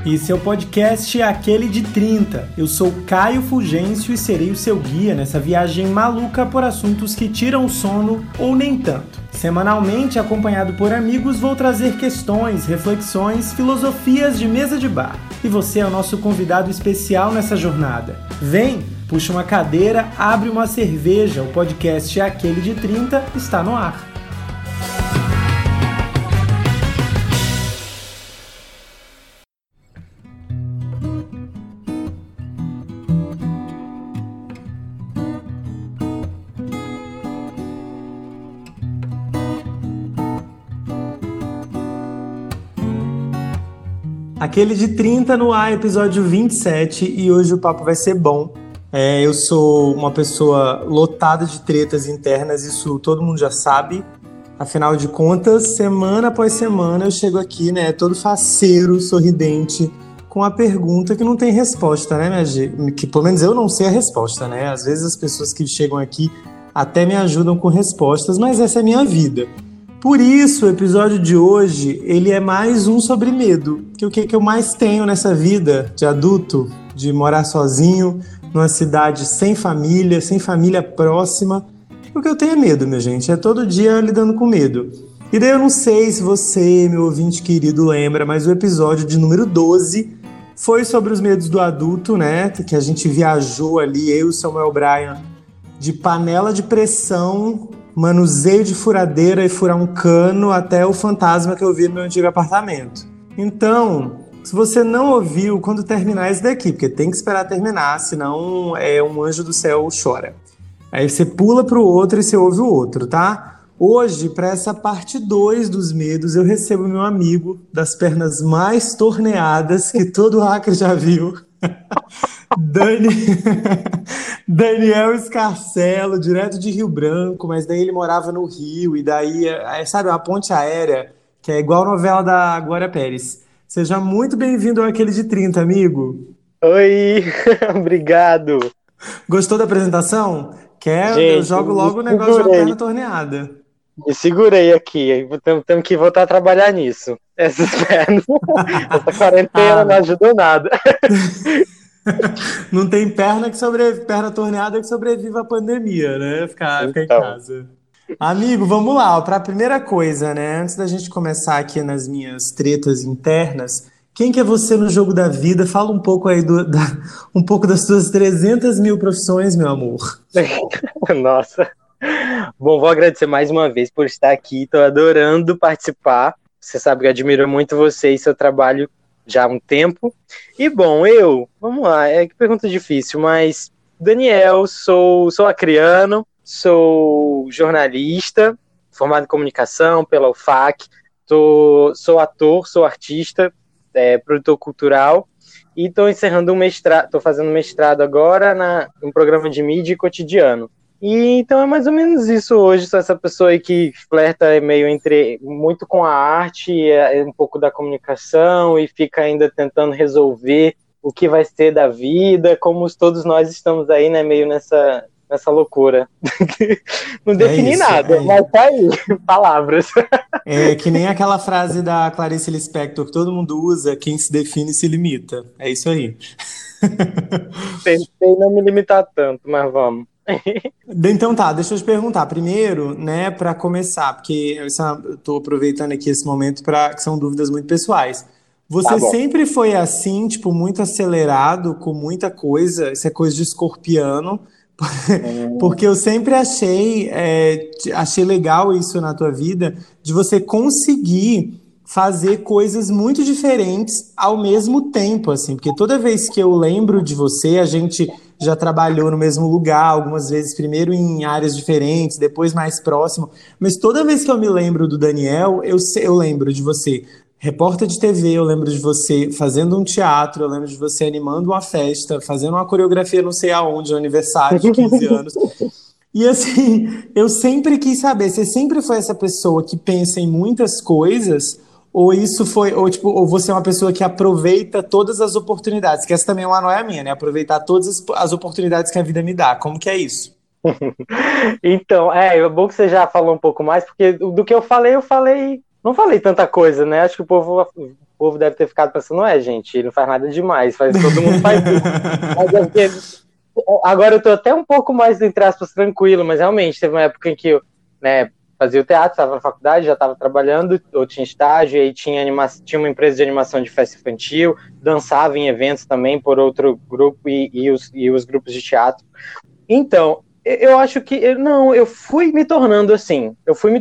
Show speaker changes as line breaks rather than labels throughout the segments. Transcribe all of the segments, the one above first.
E seu podcast é aquele de 30. Eu sou Caio Fulgêncio e serei o seu guia nessa viagem maluca por assuntos que tiram o sono ou nem tanto. Semanalmente, acompanhado por amigos, vou trazer questões, reflexões, filosofias de mesa de bar. E você é o nosso convidado especial nessa jornada. Vem, puxa uma cadeira, abre uma cerveja, o podcast é aquele de 30 está no ar. Aquele de 30 no ar, episódio 27, e hoje o papo vai ser bom. Eu sou uma pessoa lotada de tretas internas, isso todo mundo já sabe. Afinal de contas, semana após semana eu chego aqui, todo faceiro, sorridente, com a pergunta que não tem resposta, minha gente? Que pelo menos eu não sei a resposta, Às vezes as pessoas que chegam aqui até me ajudam com respostas, mas essa é a minha vida. Por isso, o episódio de hoje, ele é mais um sobre medo. Que o que eu mais tenho nessa vida de adulto, de morar sozinho, numa cidade sem família próxima. O que eu tenho é medo, minha gente. É todo dia lidando com medo. E daí eu não sei se você, meu ouvinte querido, lembra, mas o episódio de número 12 foi sobre os medos do adulto, Que a gente viajou ali, eu e o Samuel Bryan, de panela de pressão, manuseio de furadeira e furar um cano até o fantasma que eu vi no meu antigo apartamento. Então, se você não ouviu, quando terminar esse daqui, porque tem que esperar terminar, senão um anjo do céu chora. Aí você pula pro outro e você ouve o outro, tá? Hoje, para essa parte 2 dos medos, eu recebo meu amigo das pernas mais torneadas que todo hacker já viu. Daniel Scarcelo, direto de Rio Branco, mas daí ele morava no Rio, e daí, sabe, uma ponte aérea, que é igual a novela da Glória Pérez. Seja muito bem-vindo ao Aquele de 30, amigo.
Oi, obrigado.
Gostou da apresentação? Eu
Gente,
jogo
me
logo o negócio de uma perna torneada.
me segurei aqui, temos que voltar a trabalhar nisso. Essas pernas, essa quarentena não ajudou nada.
Não tem perna torneada que sobreviva à pandemia, Ficar em
Então,
casa. Amigo, vamos lá. Para a primeira coisa, Antes da gente começar aqui nas minhas tretas internas, quem que é você no jogo da vida? Fala um pouco aí um pouco das suas 300 mil profissões, meu amor.
nossa. Bom, vou agradecer mais uma vez por estar aqui, estou adorando participar. Você sabe que eu admiro muito você e seu trabalho já há um tempo. E bom, vamos lá, que pergunta difícil, mas Daniel, sou acriano, sou jornalista, formado em comunicação pela UFAC, sou ator, sou artista, produtor cultural, e estou encerrando estou fazendo mestrado agora em programa de mídia e cotidiano. E então é mais ou menos isso hoje, sou essa pessoa aí que flerta meio muito com a arte, um pouco da comunicação, e fica ainda tentando resolver o que vai ser da vida, como todos nós estamos aí, meio nessa loucura. Não defini nada, mas tá aí, palavras.
É que nem aquela frase da Clarice Lispector que todo mundo usa: quem se define se limita. É isso aí.
Tentei não me limitar tanto, mas vamos.
Então tá, deixa eu te perguntar primeiro, para começar, porque eu estou aproveitando aqui esse momento que são dúvidas muito pessoais. Você sempre foi assim, tipo, muito acelerado, com muita coisa, isso é coisa de escorpiano, porque eu sempre achei legal isso na tua vida, de você conseguir fazer coisas muito diferentes ao mesmo tempo, assim, porque toda vez que eu lembro de você, a gente já trabalhou no mesmo lugar, algumas vezes primeiro em áreas diferentes, depois mais próximo, mas toda vez que eu me lembro do Daniel, eu lembro de você repórter de TV, eu lembro de você fazendo um teatro, eu lembro de você animando uma festa, fazendo uma coreografia não sei aonde, um aniversário de 15 anos. E assim, eu sempre quis saber, você sempre foi essa pessoa que pensa em muitas coisas, ou isso foi, ou você é uma pessoa que aproveita todas as oportunidades, que essa também é uma noia minha, aproveitar todas as oportunidades que a vida me dá. Como que é isso?
Então, é bom que você já falou um pouco mais, porque do que eu falei, não falei tanta coisa, Acho que o povo povo deve ter ficado pensando, gente, ele não faz nada demais, todo mundo faz isso. Mas é porque, agora eu tô até um pouco mais, entre aspas, tranquilo, mas realmente teve uma época em que eu, né, fazia o teatro, estava na faculdade, já estava trabalhando, ou tinha estágio, e aí tinha uma empresa de animação de festa infantil, dançava em eventos também por outro grupo e os grupos de teatro. Então, eu acho que, eu fui me tornando assim,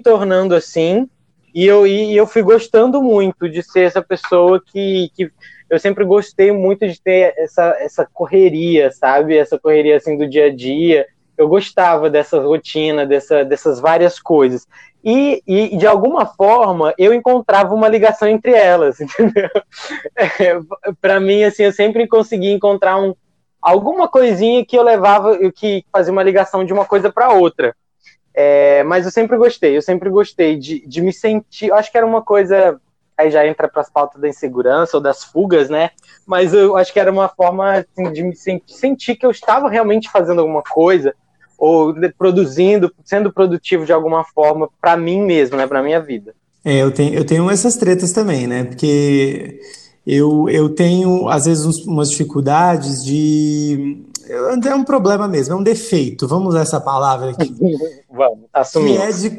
e eu fui gostando muito de ser essa pessoa que eu sempre gostei muito de ter essa correria, sabe? Essa correria assim do dia a dia. Eu gostava dessa rotina, dessas várias coisas. E, de alguma forma, eu encontrava uma ligação entre elas, entendeu? Para mim, assim, eu sempre consegui encontrar alguma coisinha que eu levava, que fazia uma ligação de uma coisa para outra. Mas eu sempre gostei de me sentir, eu acho que era uma coisa, aí já entra para as pautas da insegurança ou das fugas, né? Mas eu acho que era uma forma assim, de me sentir que eu estava realmente fazendo alguma coisa, ou produzindo, sendo produtivo de alguma forma para mim mesmo, né? Para minha vida.
Eu tenho essas tretas também, né? Porque eu tenho, às vezes, umas dificuldades de. É um problema mesmo, é um defeito, vamos usar essa palavra aqui.
Vamos,
Que é
assumimos.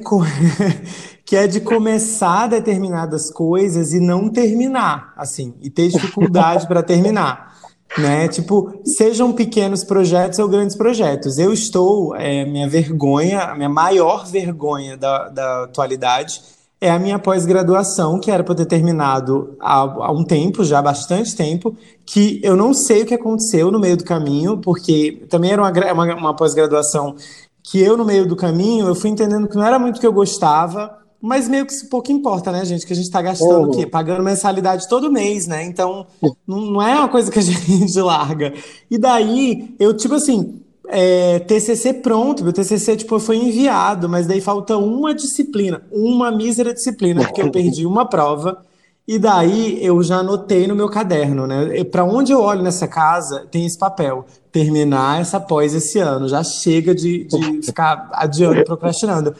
que é de começar determinadas coisas e não terminar, assim, e ter dificuldade para terminar, né? Tipo, sejam pequenos projetos ou grandes projetos. Eu estou, minha vergonha, a minha maior vergonha da atualidade é a minha pós-graduação, que era para ter terminado há um tempo, já há bastante tempo, que eu não sei o que aconteceu no meio do caminho, porque também era uma pós-graduação que eu, no meio do caminho, eu fui entendendo que não era muito o que eu gostava, mas meio que isso pouco importa, né, gente? Que a gente tá gastando o quê?
Uhum.
Pagando mensalidade todo mês, né? Então, não é uma coisa que a gente larga. E daí, eu, tipo assim, TCC pronto, meu TCC, tipo, foi enviado, mas daí falta uma disciplina, uma mísera disciplina, porque eu perdi uma prova. E daí eu já anotei no meu caderno, né? Para onde eu olho nessa casa, tem esse papel. Terminar essa pós esse ano. Já chega de ficar adiando e procrastinando.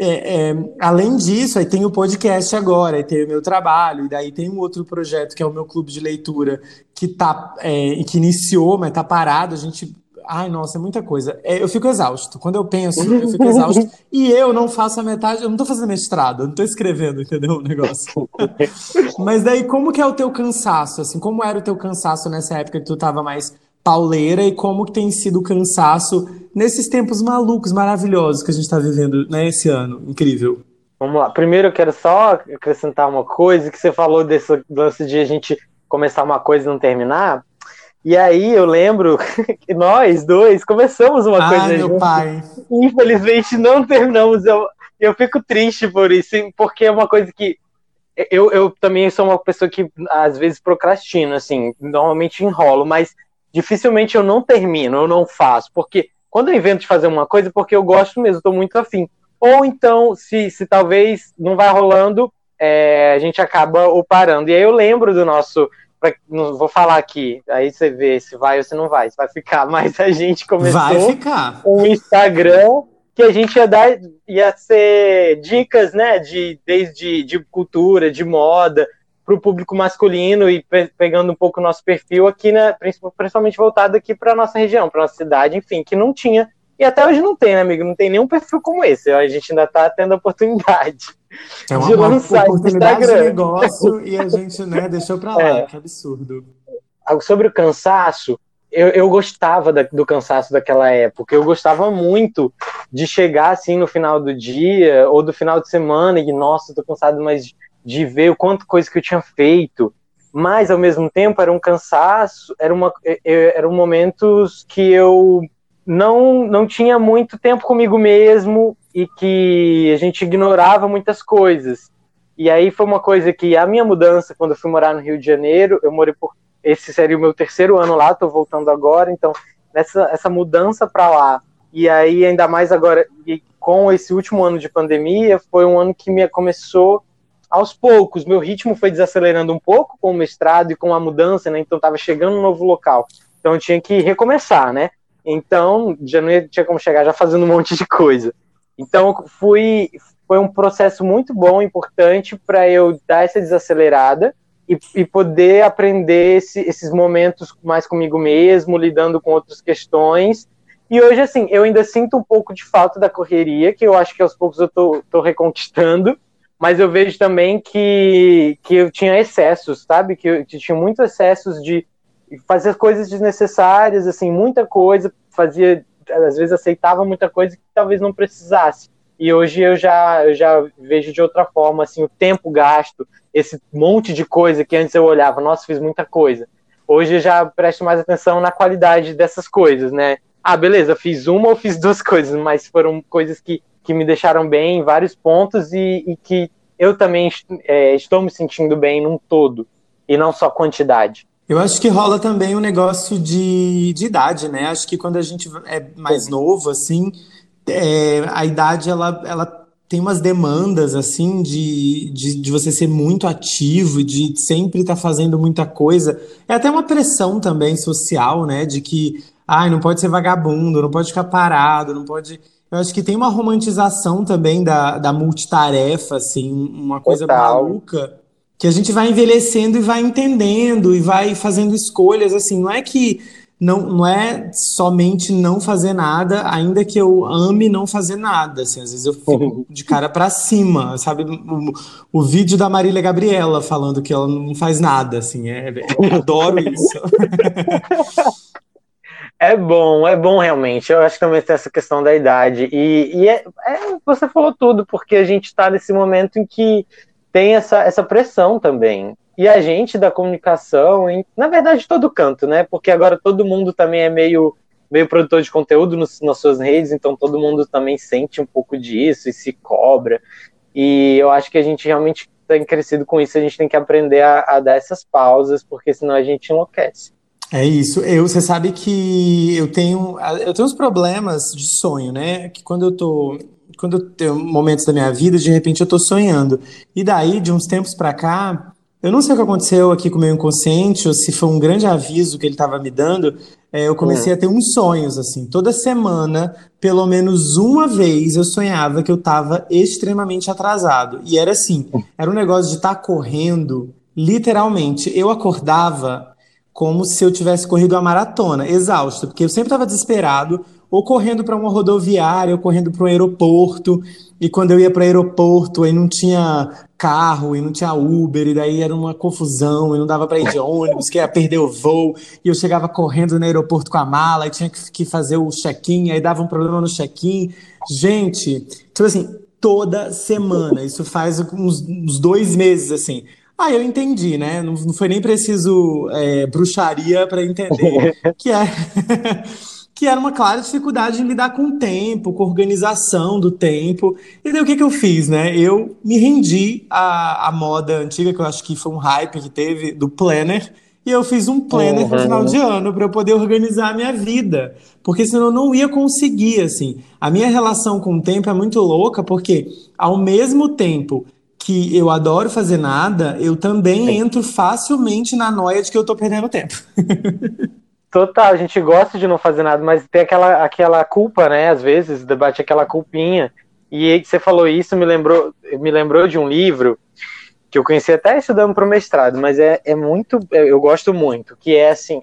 Além disso, aí tem o podcast agora, aí tem o meu trabalho, e daí tem um outro projeto que é o meu clube de leitura, que iniciou, mas tá parado. A gente. Ai, nossa, é muita coisa. Eu fico exausto. Quando eu penso, eu fico exausto. E eu não faço a metade, eu não tô fazendo mestrado, eu não tô escrevendo, entendeu? O negócio. Mas daí, como que é o teu cansaço? Assim, como era o teu cansaço nessa época que tu tava mais pauleira e como que tem sido o cansaço nesses tempos malucos, maravilhosos que a gente tá vivendo, né, esse ano? Incrível.
Vamos lá. Primeiro eu quero só acrescentar uma coisa que você falou desse lance de a gente começar uma coisa e não terminar. E aí eu lembro que nós dois começamos uma
Ai,
coisa
meu
juntos
pai.
e infelizmente não terminamos. Eu fico triste por isso, porque é uma coisa que eu também sou uma pessoa que às vezes procrastina, assim, normalmente enrolo, mas dificilmente eu não termino, eu não faço, porque quando eu invento de fazer uma coisa, porque eu gosto mesmo, estou muito afim. Ou então, se talvez não vai rolando, a gente acaba ou parando. E aí eu lembro do nosso. Não vou falar aqui, aí você vê se vai ou se não vai, se vai ficar, mas a gente
Vai
começou
ficar.
um Instagram que a gente ia ser dicas, né, desde de cultura, de moda, para o público masculino e pegando um pouco o nosso perfil aqui, né, principalmente voltado aqui para nossa região, para nossa cidade, enfim, que não tinha, e até hoje não tem, né, amigo? Não tem nenhum perfil como esse, a gente ainda está tendo a oportunidade
É
de
uma
lançar esse
oportunidade de
Instagram.
negócio e a gente, né, deixou pra lá.
É,
Que absurdo.
sobre o cansaço, eu gostava do cansaço daquela época. Eu gostava muito de chegar assim no final do dia ou do final de semana e, nossa, tô cansado, mas de ver o quanto coisa que eu tinha feito. Mas, ao mesmo tempo, era um cansaço, eram momentos que eu não tinha muito tempo comigo mesmo e que a gente ignorava muitas coisas. E aí foi uma coisa que a minha mudança, quando eu fui morar no Rio de Janeiro, eu morei por esse seria o meu terceiro ano lá, estou voltando agora, então essa mudança para lá, e aí ainda mais agora, e com esse último ano de pandemia, foi um ano que me começou aos poucos, meu ritmo foi desacelerando um pouco com o mestrado e com a mudança, né, então estava chegando um novo local, então eu tinha que recomeçar, né, então já não tinha como chegar já fazendo um monte de coisa, então foi um processo muito bom, importante para eu dar essa desacelerada, e poder aprender esses momentos mais comigo mesmo, lidando com outras questões. E hoje, assim, eu ainda sinto um pouco de falta da correria, que eu acho que aos poucos eu tô reconquistando, mas eu vejo também que eu tinha excessos, sabe? Que eu tinha muitos excessos de fazer coisas desnecessárias, assim, muita coisa, às vezes aceitava muita coisa que talvez não precisasse. E hoje eu já vejo de outra forma, assim, o tempo gasto, esse monte de coisa que antes eu olhava, nossa, fiz muita coisa. Hoje eu já presto mais atenção na qualidade dessas coisas, né? Ah, beleza, fiz uma ou fiz duas coisas, mas foram coisas que me deixaram bem em vários pontos e que eu também estou me sentindo bem num todo, e não só quantidade.
Eu acho que rola também um negócio de idade, né? Acho que quando a gente é mais
Sim.
novo, assim, a idade ela tem umas demandas assim de você ser muito ativo, de sempre estar fazendo muita coisa. É até uma pressão também social, né? De que ai, não pode ser vagabundo, não pode ficar parado, não pode. Eu acho que tem uma romantização também da multitarefa, assim, uma coisa
Total.
maluca que a gente vai envelhecendo e vai entendendo e vai fazendo escolhas, assim, não é que não é somente não fazer nada, ainda que eu ame não fazer nada, assim, às vezes eu fico de cara pra cima, sabe? O vídeo da Marília Gabriela falando que ela não faz nada, assim, adoro isso.
É bom realmente. Eu acho que também tem essa questão da idade. Você falou tudo, porque a gente está nesse momento em que tem essa pressão também. E a gente da comunicação, na verdade, todo canto, né? Porque agora todo mundo também é meio produtor de conteúdo nas suas redes, então todo mundo também sente um pouco disso e se cobra. E eu acho que a gente realmente tem crescido com isso, a gente tem que aprender a dar essas pausas, porque senão a gente enlouquece.
É isso. Você sabe que eu tenho uns problemas de sonho, né? Que quando eu tenho momentos da minha vida, de repente eu tô sonhando. E daí, de uns tempos pra cá, eu não sei o que aconteceu aqui com o meu inconsciente, ou se foi um grande aviso que ele estava me dando, eu comecei a ter uns sonhos, assim. Toda semana, pelo menos uma vez, eu sonhava que eu estava extremamente atrasado. E era assim, era um negócio de estar correndo, literalmente. Eu acordava como se eu tivesse corrido uma maratona, exausto, porque eu sempre estava desesperado, ou correndo para uma rodoviária, ou correndo para um aeroporto, e quando eu ia para o aeroporto, aí não tinha carro, e não tinha Uber, e daí era uma confusão, e não dava para ir de ônibus, que ia perder o voo, e eu chegava correndo no aeroporto com a mala, e tinha que fazer o check-in, aí dava um problema no check-in. Gente, tipo assim, toda semana, isso faz uns 2 meses, assim. Ah, eu entendi, né? Não foi nem preciso bruxaria para entender que é que era uma clara dificuldade em lidar com o tempo, com a organização do tempo. E daí o que que eu fiz, né? Eu me rendi à moda antiga, que eu acho que foi um hype que teve, do planner. E eu fiz um planner para o final de
Uhum.
ano para eu poder organizar a minha vida, porque senão eu não ia conseguir, assim. A minha relação com o tempo é muito louca, porque ao mesmo tempo que eu adoro fazer nada, eu também
Sim.
entro facilmente na noia de que eu tô perdendo tempo.
Total, a gente gosta de não fazer nada, mas tem aquela culpa, né? Às vezes, debate aquela culpinha. E aí que você falou isso, me lembrou de um livro que eu conheci até estudando para o mestrado, mas eu gosto muito, que é assim,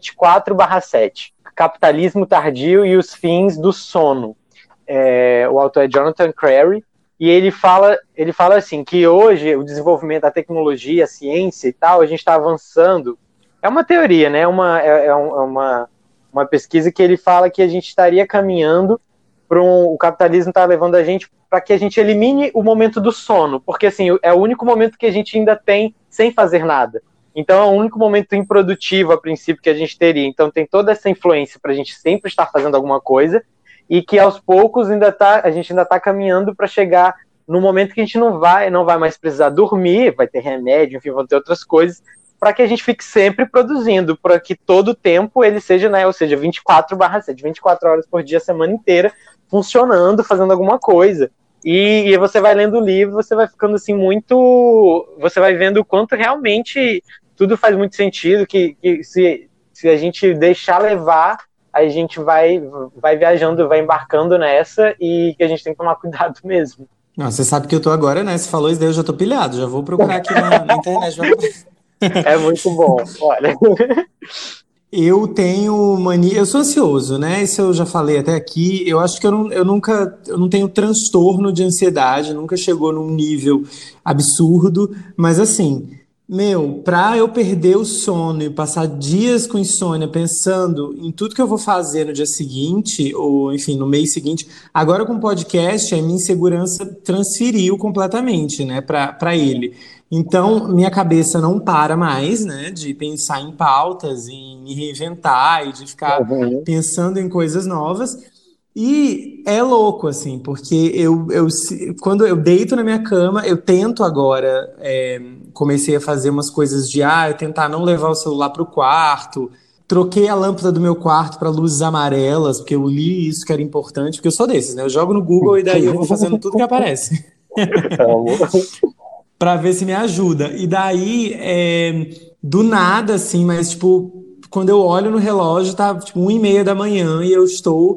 24/7, Capitalismo Tardio e os Fins do Sono. O autor é Jonathan Crary, e ele fala assim, que hoje o desenvolvimento da tecnologia, a ciência e tal, a gente está avançando. É uma teoria, né? Uma pesquisa que ele fala que a gente estaria caminhando para o capitalismo está levando a gente para que a gente elimine o momento do sono, porque assim, é o único momento que a gente ainda tem sem fazer nada. Então é o único momento improdutivo a princípio que a gente teria. Então tem toda essa influência para a gente sempre estar fazendo alguma coisa e que aos poucos a gente ainda está caminhando para chegar no momento que a gente não vai mais precisar dormir, vai ter remédio, enfim, vão ter outras coisas, para que a gente fique sempre produzindo, para que todo o tempo ele seja, né, ou seja, 24/7, 24 horas por dia, a semana inteira, funcionando, fazendo alguma coisa. E você vai lendo o livro, você vai ficando assim muito. Você vai vendo o quanto realmente tudo faz muito sentido, que se a gente deixar levar, a gente vai viajando, vai embarcando nessa e que a gente tem que tomar cuidado mesmo.
Não, você sabe que eu tô agora, né? Você falou isso daí, eu já tô pilhado. Já vou procurar aqui na internet.
É muito bom, olha.
Eu tenho mania, eu sou ansioso, né? Isso eu já falei até aqui. Eu acho que eu não tenho transtorno de ansiedade, nunca chegou num nível absurdo, mas assim, meu, pra eu perder o sono e passar dias com insônia pensando em tudo que eu vou fazer no dia seguinte, ou enfim, no mês seguinte, agora com o podcast, a minha insegurança transferiu completamente, né, para ele. Então, minha cabeça não para mais, né, de pensar em pautas, em me reinventar e de ficar
Uhum.
pensando em coisas novas. E é louco, assim, porque quando eu deito na minha cama, eu tento agora, comecei a fazer umas coisas de, eu tentar não levar o celular para o quarto, troquei a lâmpada do meu quarto para luzes amarelas, porque eu li isso que era importante, porque eu sou desses, né? Eu jogo no Google e daí eu vou fazendo tudo que aparece
Amo.
para ver se me ajuda. E daí, do nada, assim, mas tipo, quando eu olho no relógio, tá tipo 1h30 da manhã e eu estou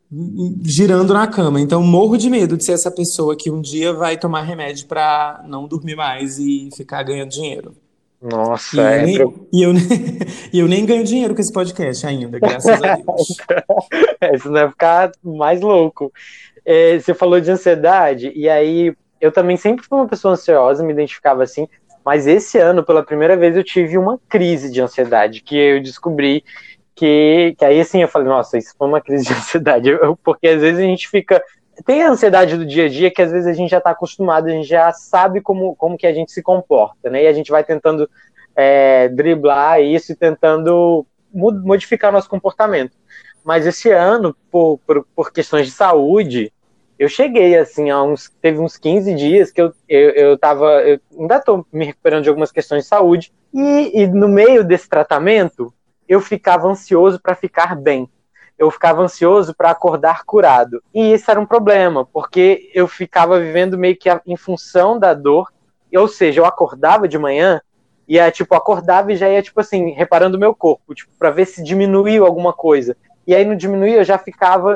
girando na cama. Então, morro de medo de ser essa pessoa que um dia vai tomar remédio para não dormir mais e ficar ganhando dinheiro.
Nossa,
E eu nem, e eu, e eu nem ganho dinheiro com esse podcast ainda, graças a Deus.
isso vai ficar mais louco. Você falou de ansiedade, e aí eu também sempre fui uma pessoa ansiosa, me identificava assim, mas esse ano, pela primeira vez, eu tive uma crise de ansiedade, que eu descobri que aí assim eu falei, nossa, isso foi uma crise de ansiedade, porque às vezes a gente fica. Tem a ansiedade do dia a dia que às vezes a gente já está acostumado, a gente já sabe como que a gente se comporta, né? E a gente vai tentando driblar isso e tentando modificar o nosso comportamento. Mas esse ano, por questões de saúde, eu cheguei, assim, teve uns 15 dias que eu ainda estou me recuperando de algumas questões de saúde, e no meio desse tratamento, eu ficava ansioso para ficar bem. Eu ficava ansioso para acordar curado. E isso era um problema, porque eu ficava vivendo meio que em função da dor, ou seja, eu acordava de manhã, tipo, acordava e já ia, tipo assim, reparando o meu corpo, tipo, para ver se diminuiu alguma coisa. E aí não diminuía, eu já ficava,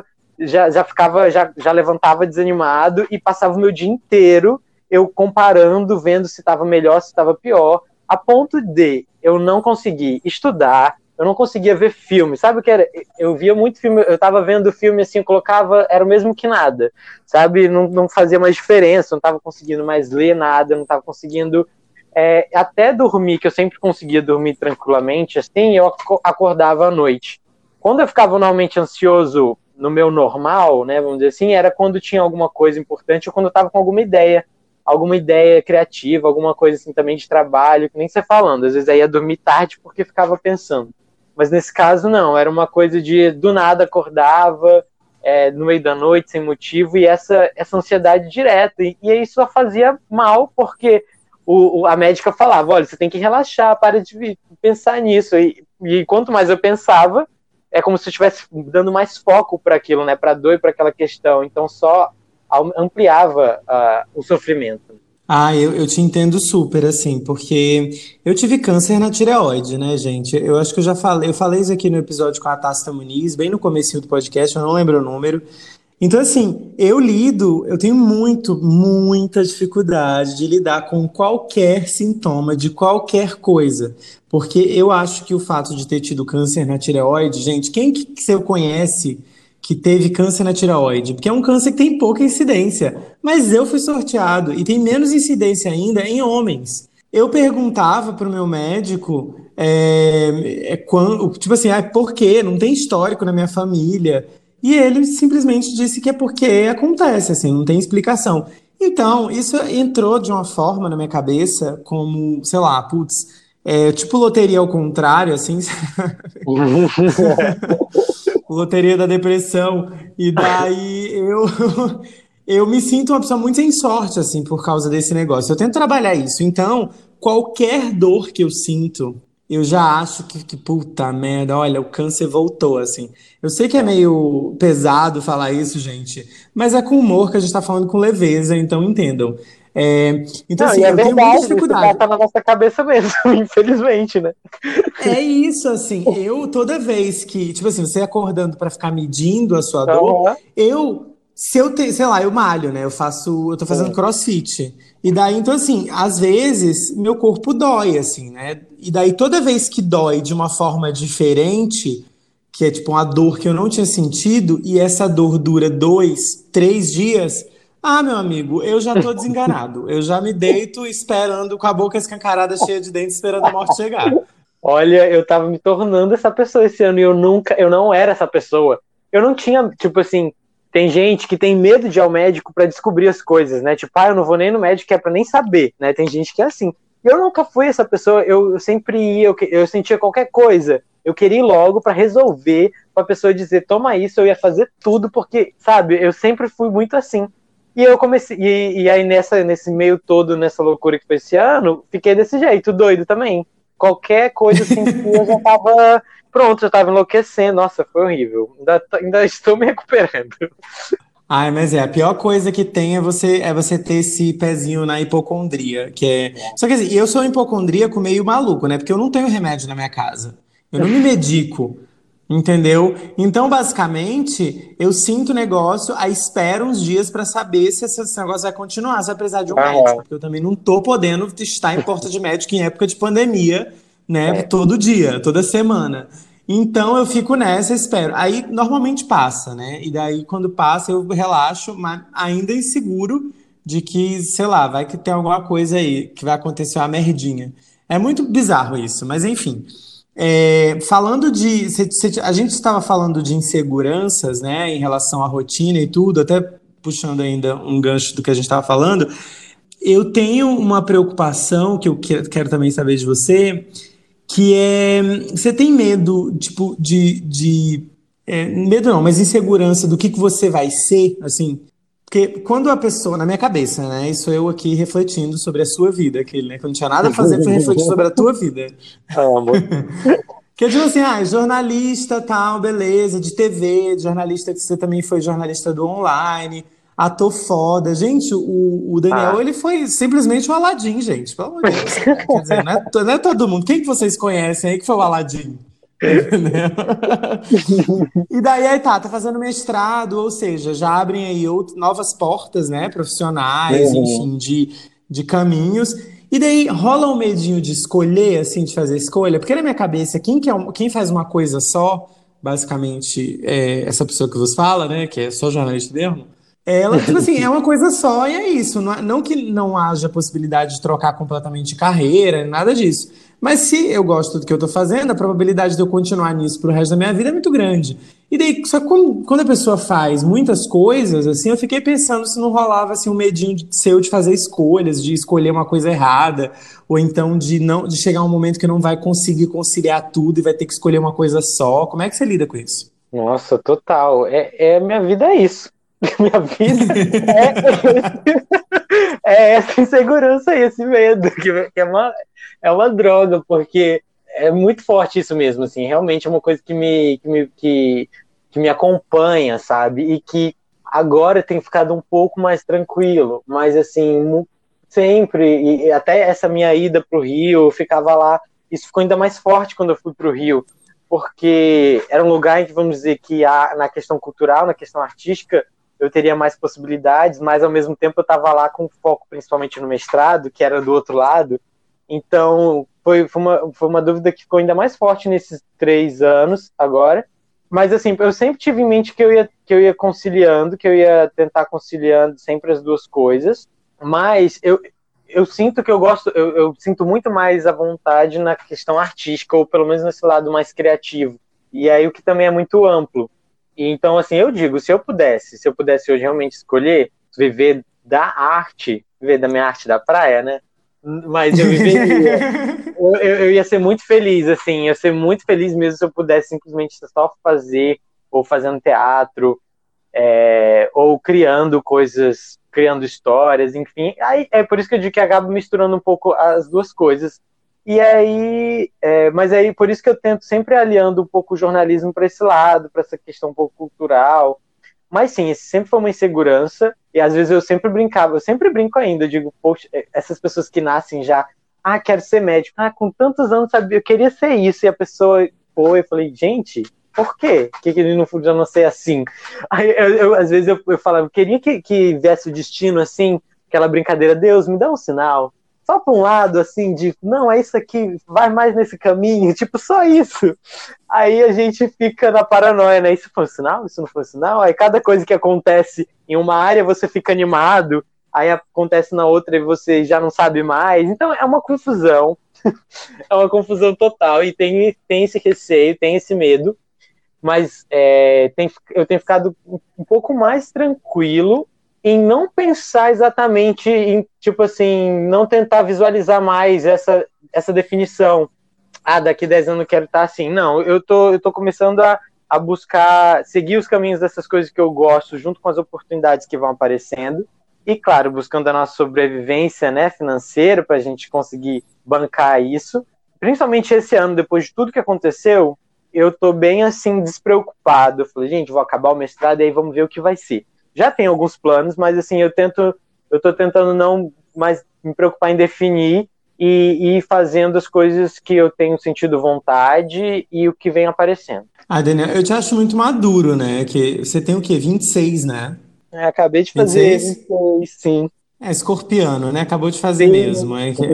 já levantava desanimado e passava o meu dia inteiro eu comparando, vendo se estava melhor, se estava pior, a ponto de eu não conseguir estudar, eu não conseguia ver filme, sabe o que era? Eu via muito filme, eu tava vendo filme assim, eu colocava, era o mesmo que nada, sabe? Não fazia mais diferença, eu não tava conseguindo mais ler nada, eu não tava conseguindo até dormir, que eu sempre conseguia dormir tranquilamente, assim, eu acordava à noite. Quando eu ficava normalmente ansioso no meu normal, né, vamos dizer assim, era quando tinha alguma coisa importante ou quando eu estava com alguma ideia criativa, alguma coisa assim também de trabalho, que nem você falando, às vezes aí ia dormir tarde porque ficava pensando. Mas nesse caso não, era uma coisa de do nada acordava, no meio da noite, sem motivo, e essa ansiedade direta, e isso só fazia mal, porque a médica falava, olha, você tem que relaxar, para de pensar nisso. E quanto mais eu pensava, é como se eu estivesse dando mais foco para aquilo, né, para a dor e para aquela questão. Então só ampliava o sofrimento.
Eu te entendo super, assim, porque eu tive câncer na tireoide, né, gente? Eu acho que eu falei isso aqui no episódio com a Tássia Muniz, bem no comecinho do podcast, eu não lembro o número. Então, assim, eu tenho muita dificuldade de lidar com qualquer sintoma de qualquer coisa. Porque eu acho que o fato de ter tido câncer na tireoide, gente, quem que você conhece que teve câncer na tireoide? Porque é um câncer que tem pouca incidência. Mas eu fui sorteado e tem menos incidência ainda em homens. Eu perguntava para o meu médico, tipo assim, por quê? Não tem histórico na minha família. E ele simplesmente disse que é porque acontece, assim, não tem explicação. Então, isso entrou de uma forma na minha cabeça, como, sei lá, putz, tipo loteria ao contrário, assim, loteria da depressão. E daí eu me sinto uma pessoa muito sem sorte, assim, por causa desse negócio. Eu tento trabalhar isso. Então, qualquer dor que eu sinto, eu já acho que puta merda, olha, o câncer voltou, assim. Eu sei que é meio pesado falar isso, gente, mas é com humor que a gente tá falando com leveza, então entendam. Então,
Não,
assim,
e é
eu tenho muita
verdade, isso
dificuldade.
tá na nossa cabeça mesmo, infelizmente, né?
É isso, assim, toda vez que, tipo assim, você acordando pra ficar medindo a sua dor,
Uhum.
eu se eu tenho, sei lá, eu malho, né? Eu tô fazendo CrossFit. E daí, então, assim, às vezes meu corpo dói, assim, né? E daí, toda vez que dói de uma forma diferente, que é tipo uma dor que eu não tinha sentido, e essa dor dura 2, 3 dias, ah, meu amigo, eu já tô desenganado. Eu já me deito esperando com a boca escancarada, cheia de dentes, esperando a morte chegar.
Olha, eu tava me tornando essa pessoa esse ano e eu não era essa pessoa. Eu não tinha, tipo assim, tem gente que tem medo de ir ao médico pra descobrir as coisas, né? Tipo, eu não vou nem no médico, que é pra nem saber, né? Tem gente que é assim. Eu nunca fui essa pessoa, eu sempre ia, eu sentia qualquer coisa. Eu queria ir logo pra resolver, pra pessoa dizer, toma isso, eu ia fazer tudo, porque, sabe, eu sempre fui muito assim. E eu comecei, e aí nesse meio todo, nessa loucura que foi esse ano, fiquei desse jeito, doido também. Qualquer coisa assim que eu já tava pronto, já tava enlouquecendo. Nossa, foi horrível. Ainda estou me recuperando.
Ai, mas a pior coisa que tem é você ter esse pezinho na hipocondria, que é. Só que assim, eu sou um hipocondríaco meio maluco, né? Porque eu não tenho remédio na minha casa. Eu não me medico, entendeu? Então, basicamente, eu sinto o negócio, aí espero uns dias pra saber se esse negócio vai continuar, se vai precisar de um médico,
Aham,
porque eu também não tô podendo estar em porta de médico em época de pandemia, né?
é.
Todo dia, toda semana. Então eu fico nessa, espero. Aí normalmente passa, né? E daí quando passa eu relaxo, mas ainda inseguro de que, sei lá, vai que tem alguma coisa aí que vai acontecer uma merdinha. É muito bizarro isso, mas enfim. Falando de. A gente estava falando de inseguranças, né, em relação à rotina e tudo, até puxando ainda um gancho do que a gente estava falando. Eu tenho uma preocupação que eu quero também saber de você, que é, você tem medo, tipo, medo não, mas insegurança do que você vai ser, assim, porque quando a pessoa, na minha cabeça, né, isso eu aqui refletindo sobre a sua vida, aquele, né, que eu não tinha nada a fazer foi refletir sobre a tua vida,
Amo.
que é tipo assim, jornalista, tal, beleza, de TV, jornalista que você também foi jornalista do online, ator foda. Gente, o Daniel,
Ah,
ele foi simplesmente o Aladdin, gente, pelo amor de Deus, cara. Quer dizer, não é todo mundo. Quem que vocês conhecem aí que foi o Aladdin? Entendeu? E daí aí tá fazendo mestrado, ou seja, já abrem aí novas portas, né, profissionais,
uhum.
enfim, de caminhos. E daí rola um medinho de escolher, assim, de fazer escolha, porque na minha cabeça, quem faz uma coisa só, basicamente, essa pessoa que vos fala, né, que é só jornalista mesmo, ela, tipo assim, é uma coisa só e é isso. Não que não haja possibilidade de trocar completamente de carreira, nada disso. Mas se eu gosto do que eu tô fazendo, a probabilidade de eu continuar nisso pro resto da minha vida é muito grande. E daí, só que quando a pessoa faz muitas coisas, assim, eu fiquei pensando se não rolava assim, um medinho seu de fazer escolhas, de escolher uma coisa errada, ou então de chegar um momento que não vai conseguir conciliar tudo e vai ter que escolher uma coisa só. Como é que você lida com isso?
Nossa, total. Minha vida é isso. Minha vida é essa insegurança e esse medo, é uma droga, porque é muito forte isso mesmo, assim, realmente é uma coisa que me acompanha, sabe? E que agora tem ficado um pouco mais tranquilo, mas assim, sempre, e até essa minha ida para o Rio, eu ficava lá, isso ficou ainda mais forte quando eu fui para o Rio, porque era um lugar em que, vamos dizer, que na questão cultural, na questão artística, eu teria mais possibilidades, mas ao mesmo tempo eu estava lá com foco principalmente no mestrado, que era do outro lado. Então foi uma dúvida que ficou ainda mais forte nesses 3 anos agora. Mas assim, eu sempre tive em mente que eu ia conciliando, que eu ia tentar conciliando sempre as duas coisas. Mas eu sinto que eu sinto muito mais à vontade na questão artística, ou pelo menos nesse lado mais criativo. E aí o que também é muito amplo. E então, assim, eu digo, se eu pudesse hoje realmente escolher viver da arte, viver da minha arte da praia, né? Mas eu viveria. Eu ia ser muito feliz, assim, ia ser muito feliz mesmo se eu pudesse simplesmente só fazer, ou fazendo teatro, ou criando coisas, criando histórias, enfim. Aí, é por isso que eu digo que acabo misturando um pouco as duas coisas. E aí, mas aí por isso que eu tento sempre aliando um pouco o jornalismo para esse lado, para essa questão um pouco cultural. Mas sim, esse sempre foi uma insegurança, e às vezes eu sempre brincava, eu sempre brinco ainda, eu digo, poxa, essas pessoas que nascem já, quero ser médico, com tantos anos, sabia, eu queria ser isso, e a pessoa foi, eu falei, gente, por quê? Que ele não podia não ser assim? Aí, às vezes eu falava, eu queria que viesse o destino assim, aquela brincadeira, Deus, me dá um sinal. Só para um lado, assim, de, não, é isso aqui, vai mais nesse caminho, tipo, só isso. Aí a gente fica na paranoia, né? Isso foi um sinal? Isso não foi um sinal? Aí cada coisa que acontece em uma área, você fica animado, aí acontece na outra e você já não sabe mais. Então é uma confusão, é uma confusão total, e tem esse receio, tem esse medo, mas eu tenho ficado um pouco mais tranquilo em não pensar exatamente em, tipo assim, não tentar visualizar mais essa definição. Ah, daqui 10 anos eu quero estar assim. Não, eu tô começando a buscar, seguir os caminhos dessas coisas que eu gosto, junto com as oportunidades que vão aparecendo. E, claro, buscando a nossa sobrevivência, né, financeira, para a gente conseguir bancar isso. Principalmente esse ano, depois de tudo que aconteceu, eu tô bem, assim, despreocupado. Eu falei, gente, vou acabar o mestrado e aí vamos ver o que vai ser. Já tem alguns planos, mas, assim, eu tô tentando não mais me preocupar em definir e ir fazendo as coisas que eu tenho sentido vontade e o que vem aparecendo.
Ah, Daniel, eu te acho muito maduro, né? Que você tem o quê? 26, né?
Acabei de fazer
26?
26, sim.
É escorpiano, né? Acabou de fazer
Sim.
mesmo.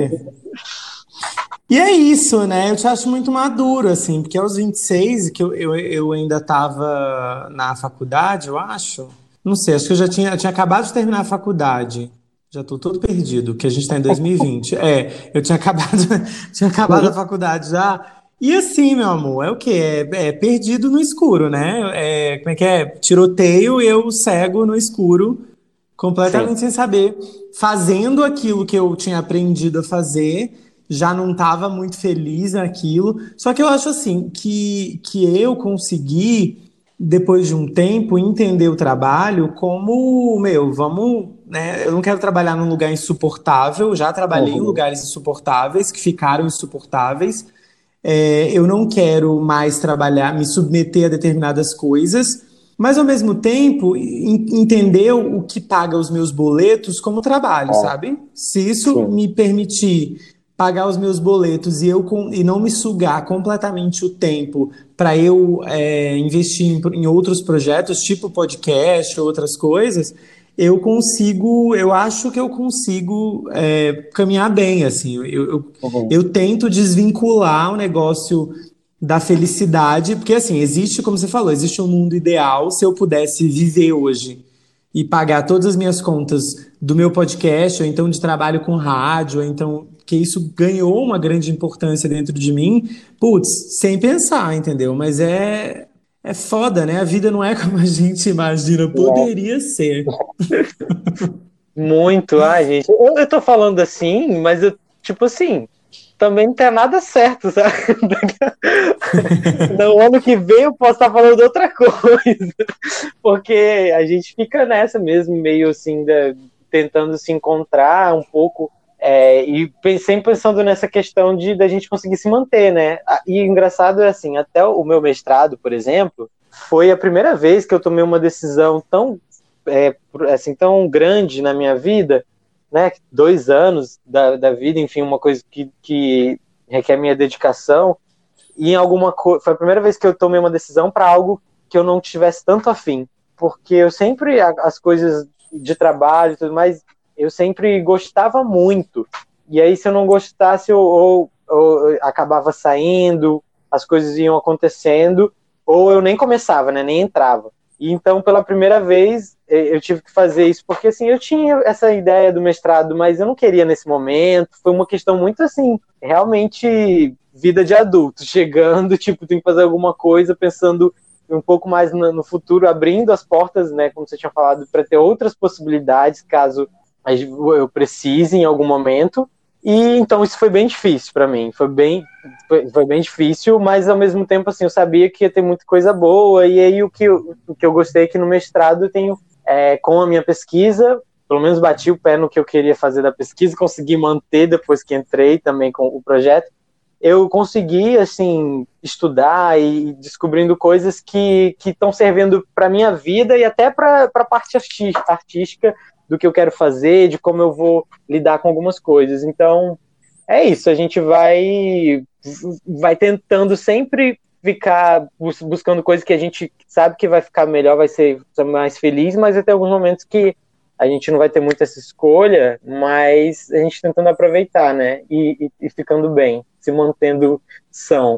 E é isso, né? Eu te acho muito maduro, assim, porque aos 26, que eu ainda estava na faculdade, eu acho. Não sei, acho que eu tinha acabado de terminar a faculdade. Já tô todo perdido, que a gente tá em 2020. Eu tinha acabado, tinha acabado a faculdade já. E assim, meu amor, é o quê? É perdido no escuro, né? Como é que é? Tiroteio e eu cego no escuro,
Sim.
completamente sem saber. Fazendo aquilo que eu tinha aprendido a fazer, já não estava muito feliz naquilo. Só que eu acho assim que eu consegui, depois de um tempo, entender o trabalho como, meu, vamos, né? Eu não quero trabalhar num lugar insuportável, já trabalhei em
Uhum.
lugares insuportáveis, que ficaram insuportáveis. Eu não quero mais trabalhar, me submeter a determinadas coisas, mas ao mesmo tempo entender o que paga os meus boletos como trabalho,
Ah,
sabe? Se isso
sim.
me permitir pagar os meus boletos e não me sugar completamente o tempo para eu investir em outros projetos, tipo podcast ou outras coisas, eu acho que eu consigo caminhar bem, assim,
Uhum.
eu tento desvincular o negócio da felicidade, porque assim, existe, como você falou, existe um mundo ideal. Se eu pudesse viver hoje e pagar todas as minhas contas do meu podcast, ou então de trabalho com rádio, ou então que isso ganhou uma grande importância dentro de mim, putz, sem pensar, entendeu? Mas é foda, né? A vida não é como a gente imagina,
É.
poderia ser.
Muito, ai, gente. Eu tô falando assim, mas eu, tipo assim, também não tem nada certo, sabe? No ano que vem eu posso estar falando outra coisa, porque a gente fica nessa mesmo, meio assim, tentando se encontrar um pouco, e sempre pensando nessa questão de da gente conseguir se manter, né? E o engraçado é assim, até o meu mestrado, por exemplo, foi a primeira vez que eu tomei uma decisão assim, tão grande na minha vida, né? 2 anos da vida, enfim, uma coisa que requer minha dedicação. E em alguma coisa, foi a primeira vez que eu tomei uma decisão para algo que eu não tivesse tanto afim, porque eu sempre as coisas de trabalho e tudo mais, eu sempre gostava muito. E aí se eu não gostasse ou acabava saindo, as coisas iam acontecendo, ou eu nem começava, né, nem entrava. E então pela primeira vez eu tive que fazer isso, porque assim, eu tinha essa ideia do mestrado, mas eu não queria nesse momento. Foi uma questão muito assim, realmente vida de adulto, chegando, tipo, tem que fazer alguma coisa, pensando um pouco mais no futuro, abrindo as portas, né, como você tinha falado, para ter outras possibilidades, caso eu precise em algum momento. E então isso foi bem difícil para mim, foi bem difícil, mas ao mesmo tempo assim, eu sabia que ia ter muita coisa boa. E aí o que eu gostei é que no mestrado eu tenho, com a minha pesquisa, pelo menos bati o pé no que eu queria fazer da pesquisa, consegui manter depois que entrei também com o projeto. Eu consegui, assim, estudar e descobrindo coisas que estão servindo para minha vida e até para a parte artística do que eu quero fazer, de como eu vou lidar com algumas coisas. Então, é isso, a gente vai tentando sempre ficar buscando coisas que a gente sabe que vai ficar melhor, vai ser mais feliz, mas vai ter alguns momentos que a gente não vai ter muito essa escolha, mas a gente tentando aproveitar, né? E ficando bem, se mantendo são.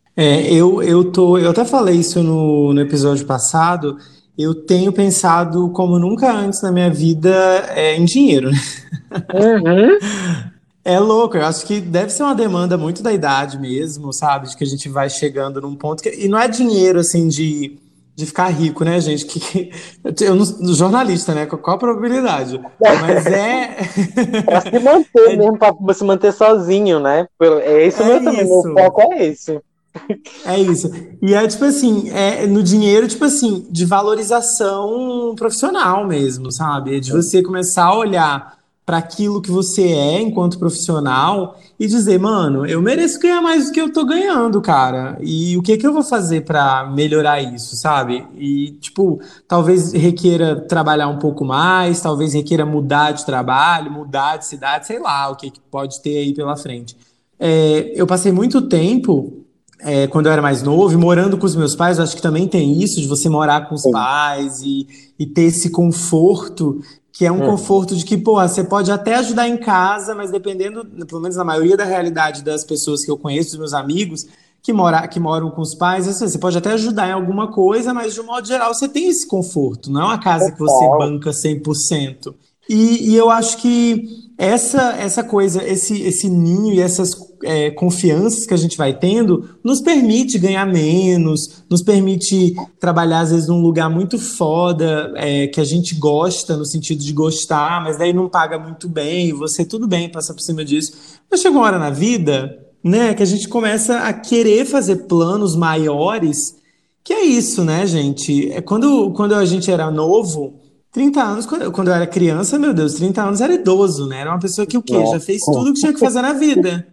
Eu até falei isso no episódio passado. Eu tenho pensado como nunca antes na minha vida em dinheiro, né?
Uhum.
É louco, eu acho que deve ser uma demanda muito da idade mesmo, sabe? De que a gente vai chegando num ponto que. E não é dinheiro, assim, de ficar rico, né, gente? Eu não, jornalista, né? Qual a probabilidade? Mas é.
Pra se manter mesmo, pra se manter sozinho, né? É isso
É
meu também, meu
isso.
foco é esse.
É isso. E é tipo assim, no dinheiro, tipo assim, de valorização profissional mesmo, sabe? É de você começar a olhar para aquilo que você é enquanto profissional e dizer, mano, eu mereço ganhar mais do que eu tô ganhando, cara. E o que que eu vou fazer para melhorar isso, sabe? E tipo, talvez requeira trabalhar um pouco mais, talvez requeira mudar de trabalho, mudar de cidade, sei lá, o que que pode ter aí pela frente. Eu passei muito tempo quando eu era mais novo, e morando com os meus pais, eu acho que também tem isso, de você morar com os
Sim.
pais e ter esse conforto, que é um
Uhum.
conforto de que, pô, você pode até ajudar em casa, mas dependendo, pelo menos na maioria da realidade das pessoas que eu conheço, dos meus amigos, que moram com os pais, assim, você pode até ajudar em alguma coisa, mas de um modo geral você tem esse conforto, não é uma casa que você
Total.
banca 100%. E eu acho que essa coisa, esse ninho e essas confianças que a gente vai tendo nos permite ganhar menos, nos permite trabalhar às vezes num lugar muito foda, que a gente gosta, no sentido de gostar, mas daí não paga muito bem, e você tudo bem passar por cima disso. Mas chega uma hora na vida, né, que a gente começa a querer fazer planos maiores, que é isso, né, gente? Quando a gente era novo, 30 anos, quando eu era criança, meu Deus, 30 anos era idoso, né? Era uma pessoa que o quê? Já fez
Nossa.
tudo o que tinha que fazer na vida.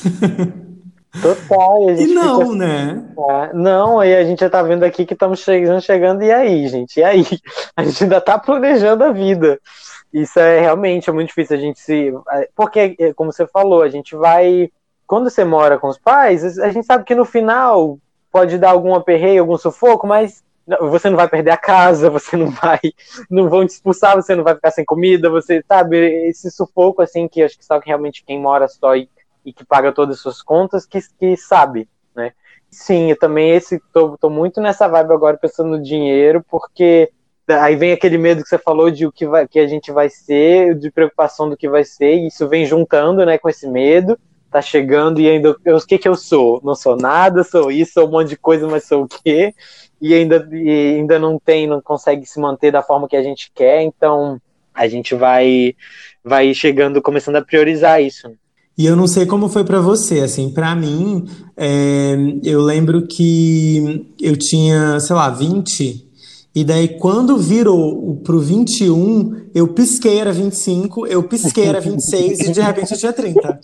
Total, e a
E
gente fica
não,
assim,
né?
não, aí a gente já tá vendo aqui que estamos chegando, e aí, gente? E aí? A gente ainda tá planejando a vida. Isso é realmente muito difícil a gente se. Porque, como você falou, a gente vai. Quando você mora com os pais, a gente sabe que no final pode dar algum aperreio, algum sufoco, mas você não vai perder a casa, você não vai. Não vão te expulsar, você não vai ficar sem comida, você sabe, esse sufoco, assim, que acho que só realmente quem mora só e que paga todas as suas contas, que sabe, né? Sim, eu também tô muito nessa vibe agora pensando no dinheiro, porque aí vem aquele medo que você falou de que a gente vai ser, de preocupação do que vai ser, e isso vem juntando, né, com esse medo, tá chegando e ainda, o que eu sou? Não sou nada, sou isso, sou um monte de coisa, mas sou o quê? E ainda não consegue se manter da forma que a gente quer, então a gente vai chegando, começando a priorizar isso.
E eu não sei como foi pra você, assim, pra mim, eu lembro que eu tinha, sei lá, 20, e daí quando virou pro 21, eu pisquei era 25, eu pisquei era 26 e de repente eu tinha 30.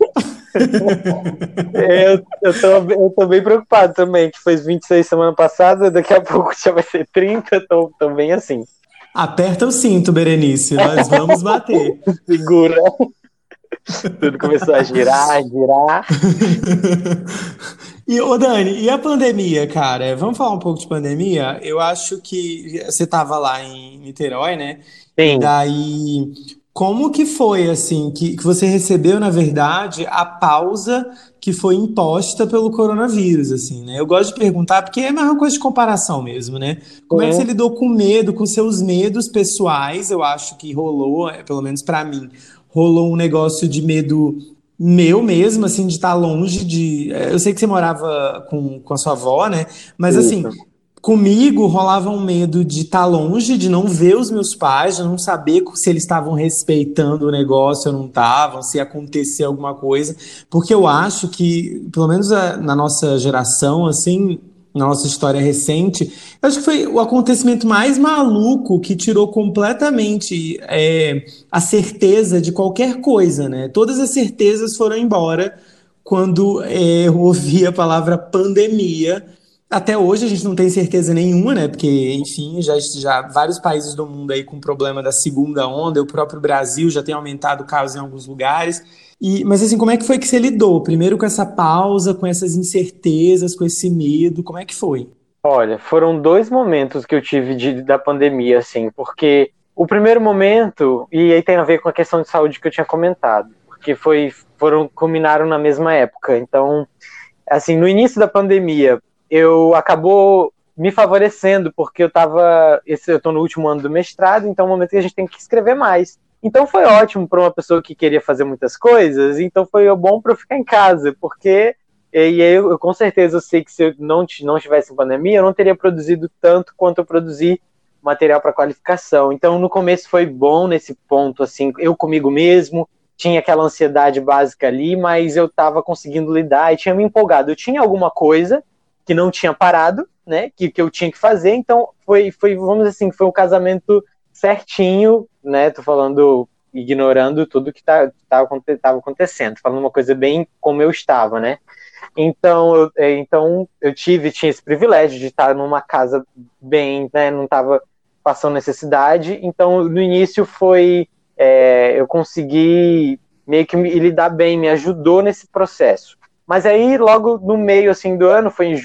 Eu tô bem preocupado também, que foi 26 semana passada, daqui a pouco já vai ser 30, tô bem assim.
Aperta o cinto, Berenice, nós vamos bater.
Segura. Tudo começou a girar, girar.
E, ô Dani, e a pandemia, cara? Vamos falar um pouco de pandemia? Eu acho que você estava lá em Niterói, né? E
Sim,
daí, como que foi, assim, que você recebeu, na verdade, a pausa que foi imposta pelo coronavírus, assim, né? Eu gosto de perguntar, porque é mais uma coisa de comparação mesmo, né? Como é que você
sim,
lidou com medo, com seus medos pessoais? Eu acho que rolou, pelo menos pra mim, rolou um negócio de medo meu mesmo, assim, de estar longe de. Eu sei que você morava com a sua avó, né? Mas assim,
isso.
comigo rolava um medo de estar longe, de não ver os meus pais, de não saber se eles estavam respeitando o negócio ou não estavam, se ia acontecer alguma coisa. Porque eu acho que, pelo menos na nossa geração, assim, na nossa história recente, eu acho que foi o acontecimento mais maluco que tirou completamente a certeza de qualquer coisa, né? Todas as certezas foram embora quando eu ouvi a palavra pandemia. Até hoje a gente não tem certeza nenhuma, né? Porque, enfim, já vários países do mundo aí com problema da segunda onda, o próprio Brasil já tem aumentado casos em alguns lugares. Mas assim, como é que foi que você lidou? Primeiro com essa pausa, com essas incertezas, com esse medo, como é que foi?
Olha, foram dois momentos que eu tive da pandemia, assim, porque o primeiro momento, e aí tem a ver com a questão de saúde que eu tinha comentado, porque culminaram na mesma época. Então, assim, no início da pandemia, eu acabou me favorecendo, porque eu tô no último ano do mestrado, então é um momento que a gente tem que escrever mais. Então foi ótimo para uma pessoa que queria fazer muitas coisas, então foi bom para eu ficar em casa, porque e aí eu com certeza eu sei que se eu não tivesse pandemia, eu não teria produzido tanto quanto eu produzi material para qualificação. Então no começo foi bom nesse ponto, assim, eu comigo mesmo, tinha aquela ansiedade básica ali, mas eu estava conseguindo lidar e tinha me empolgado. Eu tinha alguma coisa que não tinha parado, né, que eu tinha que fazer, então vamos dizer assim, foi um casamento certinho, né, tô falando, ignorando tudo que tava acontecendo, falando uma coisa bem como eu estava, né. Então eu tinha esse privilégio de estar numa casa bem, né, não estava passando necessidade, então no início eu consegui meio que lidar bem, me ajudou nesse processo. Mas aí, logo no meio assim do ano, foi em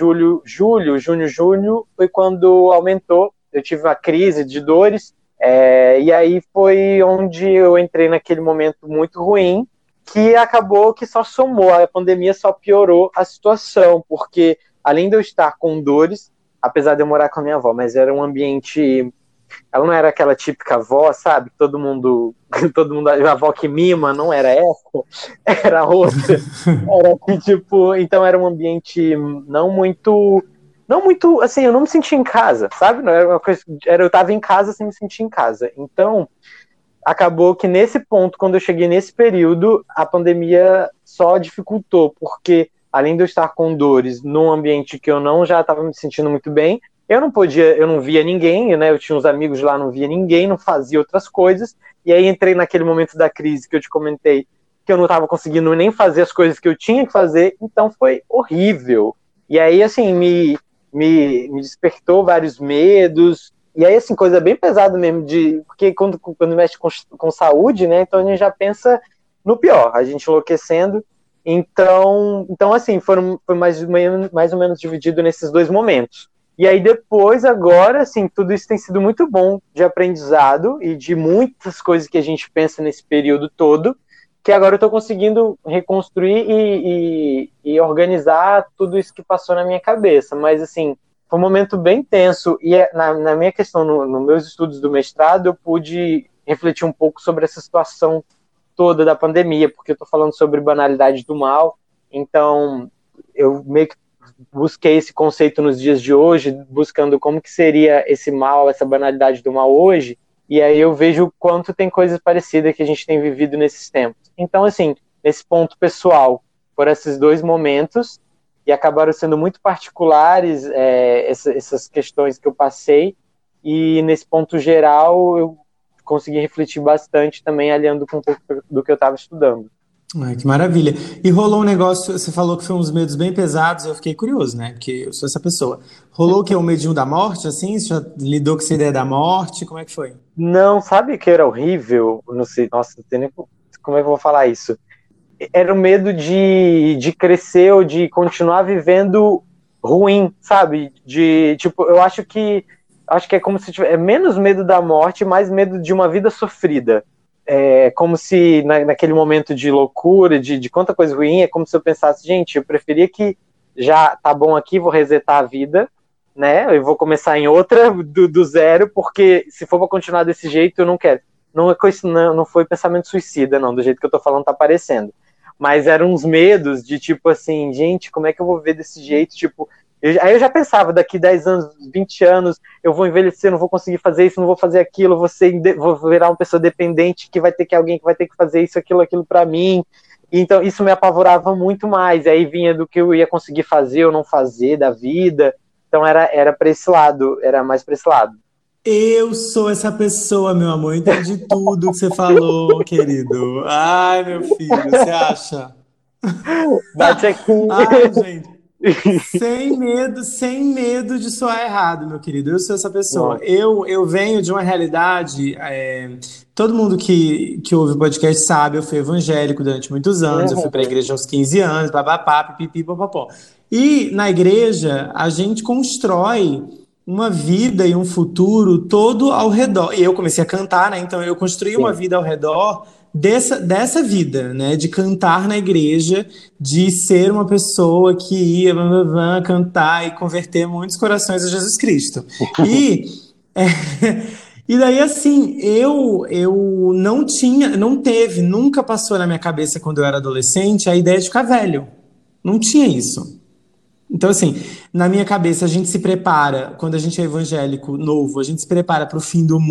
junho, foi quando aumentou. Eu tive uma crise de dores, e aí foi onde eu entrei naquele momento muito ruim, que acabou que só somou, a pandemia só piorou a situação, porque além de eu estar com dores, apesar de eu morar com a minha avó, mas era um ambiente, ela não era aquela típica avó, sabe? Todo mundo, a avó que mima, não era essa, era outra. Era que, tipo, então era um ambiente não muito, assim, eu não me sentia em casa, sabe? Não era uma coisa, eu tava em casa sem me sentir em casa. Então, acabou que nesse ponto, quando eu cheguei nesse período, a pandemia só dificultou, porque além de eu estar com dores num ambiente que eu não já estava me sentindo muito bem, eu não via ninguém, né? Eu tinha uns amigos lá, não via ninguém, não fazia outras coisas, e aí entrei naquele momento da crise que eu te comentei, que eu não estava conseguindo nem fazer as coisas que eu tinha que fazer, então foi horrível. E aí, assim, me despertou vários medos, e aí, assim, coisa bem pesada mesmo, porque quando mexe com saúde, né, então a gente já pensa no pior, a gente enlouquecendo. Então assim, foi mais ou menos dividido nesses dois momentos. E aí depois, agora, assim, tudo isso tem sido muito bom de aprendizado e de muitas coisas que a gente pensa nesse período todo, que agora eu estou conseguindo reconstruir e organizar tudo isso que passou na minha cabeça. Mas, assim, foi um momento bem tenso, e na minha questão, nos meus estudos do mestrado, eu pude refletir um pouco sobre essa situação toda da pandemia, porque eu estou falando sobre banalidade do mal, então eu meio que busquei esse conceito nos dias de hoje, buscando como que seria esse mal, essa banalidade do mal hoje, e aí eu vejo o quanto tem coisas parecidas que a gente tem vivido nesses tempos. Então, assim, nesse ponto pessoal, por esses dois momentos, e acabaram sendo muito particulares essas questões que eu passei, e nesse ponto geral eu consegui refletir bastante também, alinhando com um pouco do que eu estava estudando.
Ai, que maravilha. E rolou um negócio, você falou que foi uns medos bem pesados, eu fiquei curioso, né? Porque eu sou essa pessoa. Rolou o que? O medinho da morte, assim? Você já lidou com essa ideia da morte? Como é que foi?
Não, sabe que era horrível? Não sei, nossa, não sei nem como é que eu vou falar isso. Era o medo de crescer ou de continuar vivendo ruim, sabe? Tipo, eu acho que é como se tivesse menos medo da morte, mais medo de uma vida sofrida. É como se naquele momento de loucura, de quanta coisa ruim, é como se eu pensasse, gente, eu preferia que já tá bom aqui, vou resetar a vida, né? Eu vou começar em outra do zero, porque se for para continuar desse jeito, eu não quero. Não foi pensamento suicida, não, do jeito que eu tô falando tá parecendo. Mas eram uns medos de tipo assim, gente, como é que eu vou ver desse jeito? Tipo, aí eu já pensava, daqui 10 anos, 20 anos, eu vou envelhecer, não vou conseguir fazer isso, não vou fazer aquilo, vou virar uma pessoa dependente que vai ter que alguém que vai ter que fazer isso, aquilo para mim. Então isso me apavorava muito mais. Aí vinha do que eu ia conseguir fazer ou não fazer da vida. Então era para esse lado, era mais para esse lado.
Eu sou essa pessoa, meu amor. Eu entendi tudo que você falou, querido. Ai, meu filho, você acha?
Bate aqui.
Ai, gente. Sem medo de soar errado, meu querido. Eu sou essa pessoa.
Nossa.
Eu venho de uma realidade. Todo mundo que ouve o podcast sabe, eu fui evangélico durante muitos anos. Eu fui para a
Uhum.
igreja aos 15 anos, papapá, pipipi, papapó. E na igreja, a gente constrói uma vida e um futuro todo ao redor. E eu comecei a cantar, né? Então eu construí uma
Sim.
vida ao redor dessa vida, né? De cantar na igreja, de ser uma pessoa que ia cantar e converter muitos corações a Jesus Cristo. E, é, e daí, assim, eu não tinha, não teve, nunca passou na minha cabeça quando eu era adolescente a ideia de ficar velho. Não tinha isso. Então, assim, na minha cabeça, a gente se prepara, quando a gente é evangélico novo, a gente se prepara para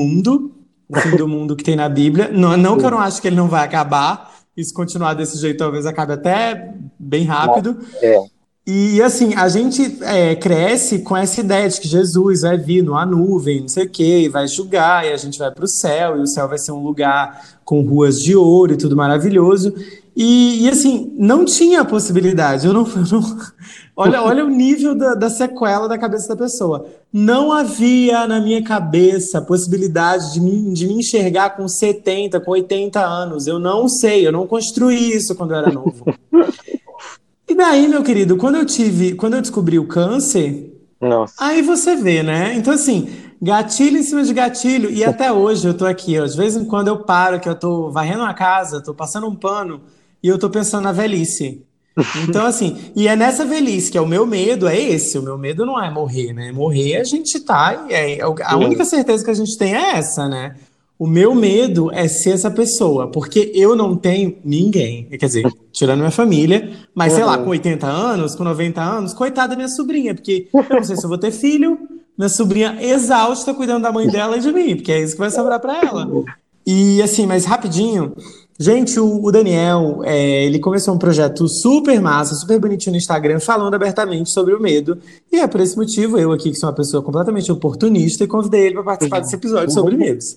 o fim do mundo que tem na Bíblia. Não, não que eu não
Sim.
acho que ele não vai acabar, e se continuar desse jeito, talvez acabe até bem
Nossa.
rápido.
É.
E assim, a gente cresce com essa ideia de que Jesus vai vir numa nuvem, não sei o quê, e vai julgar, e a gente vai para o céu, e o céu vai ser um lugar com ruas de ouro e tudo maravilhoso. Assim, não tinha a possibilidade. Olha o nível da sequela da cabeça da pessoa. Não havia na minha cabeça a possibilidade de me enxergar com 70, com 80 anos. Eu não sei, eu não construí isso quando eu era novo. E daí, meu querido, quando eu descobri o câncer,
Nossa.
aí você vê, né? Então, assim, gatilho em cima de gatilho, e até hoje eu tô aqui, ó, de vez em quando eu paro, que eu tô varrendo a casa, tô passando um pano, e eu tô pensando na velhice. Então, assim, e é nessa velhice que é o meu medo, é esse. O meu medo não é morrer, né? Morrer a gente tá, a única
Sim.
certeza que a gente tem é essa, né? O meu medo é ser essa pessoa, porque eu não tenho ninguém, quer dizer, tirando minha família, mas sei lá, com
Uhum.
80 anos, com 90 anos, coitada da minha sobrinha, porque eu não sei se eu vou ter filho, minha sobrinha exausta cuidando da mãe dela e de mim, porque é isso que vai sobrar pra ela. E assim, mas rapidinho, gente, o Daniel, ele começou um projeto super massa, super bonitinho no Instagram, falando abertamente sobre o medo. E é por esse motivo, eu aqui, que sou uma pessoa completamente oportunista, e convidei ele para participar desse episódio sobre medos.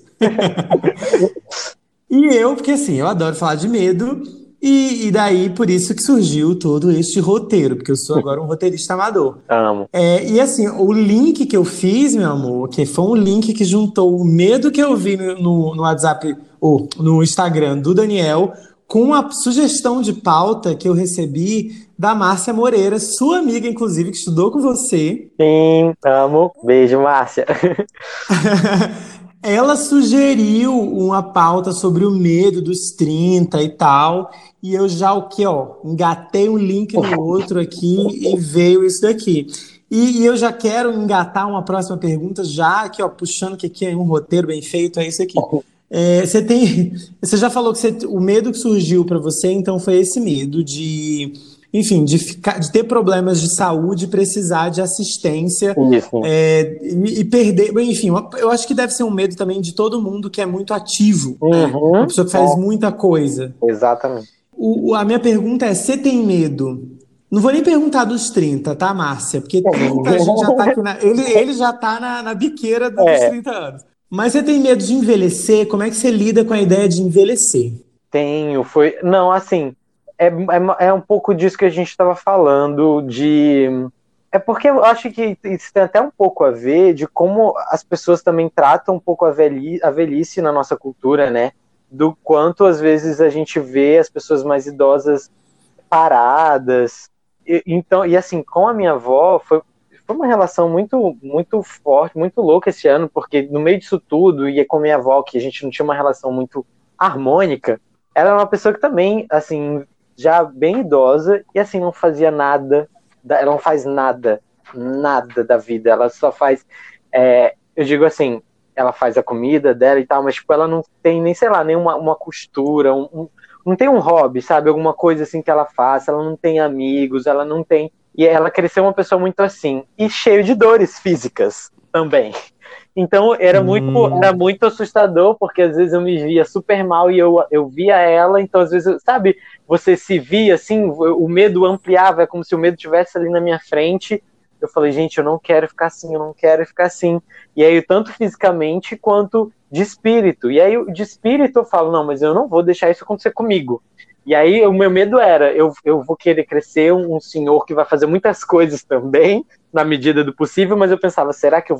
E eu, porque assim, eu adoro falar de medo, e daí por isso que surgiu todo este roteiro, porque eu sou agora um roteirista amador.
Amo.
E assim, o link que eu fiz, meu amor, que foi um link que juntou o medo que eu vi no WhatsApp, ou no Instagram do Daniel, com a sugestão de pauta que eu recebi da Márcia Moreira, sua amiga, inclusive, que estudou com você.
Sim, amo. Beijo, Márcia.
Ela sugeriu uma pauta sobre o medo dos 30 e tal, e eu já o que, ó, engatei um link no outro aqui e veio isso daqui. E eu já quero engatar uma próxima pergunta, já aqui, ó, puxando que aqui é um roteiro bem feito, é isso aqui. Você já falou que o medo que surgiu para você, então foi esse medo de, enfim, de ter problemas de saúde, precisar de assistência
Isso.
e perder. Enfim, eu acho que deve ser um medo também de todo mundo que é muito ativo, né? Uma
Uhum.
pessoa que faz muita coisa.
Exatamente.
A minha pergunta é: você tem medo? Não vou nem perguntar dos 30, tá, Márcia? Porque 30 a gente já tá aqui na. Ele já tá na biqueira dos
É,
30 anos. Mas você tem medo de envelhecer? Como é que você lida com a ideia de envelhecer?
tenho, foi. Não, assim, é um pouco disso que a gente estava falando, de. É porque eu acho que isso tem até um pouco a ver de como as pessoas também tratam um pouco a velhice na nossa cultura, né? Do quanto às vezes a gente vê as pessoas mais idosas paradas. Então, e assim, com a minha avó, foi uma relação muito, muito forte, muito louca esse ano, porque no meio disso tudo, e com a minha avó, que a gente não tinha uma relação muito harmônica, ela era uma pessoa que também, assim, já bem idosa, e assim, não fazia nada, ela não faz nada, nada da vida, ela só faz, eu digo assim, ela faz a comida dela e tal, mas tipo, ela não tem nem, sei lá, nenhuma uma costura, não tem um hobby, sabe? Alguma coisa assim que ela faça, ela não tem amigos, ela não tem. E ela cresceu uma pessoa muito assim, e cheio de dores físicas também. Então era
Hum,
muito assustador, porque às vezes eu me via super mal e eu via ela, então às vezes, sabe, você se via assim, o medo ampliava, é como se o medo estivesse ali na minha frente. Eu falei, gente, eu não quero ficar assim, eu não quero ficar assim. E aí, tanto fisicamente quanto de espírito. E aí, de espírito, eu falo, não, mas eu não vou deixar isso acontecer comigo. E aí o meu medo era, eu vou querer crescer um senhor que vai fazer muitas coisas também, na medida do possível, mas eu pensava, será que eu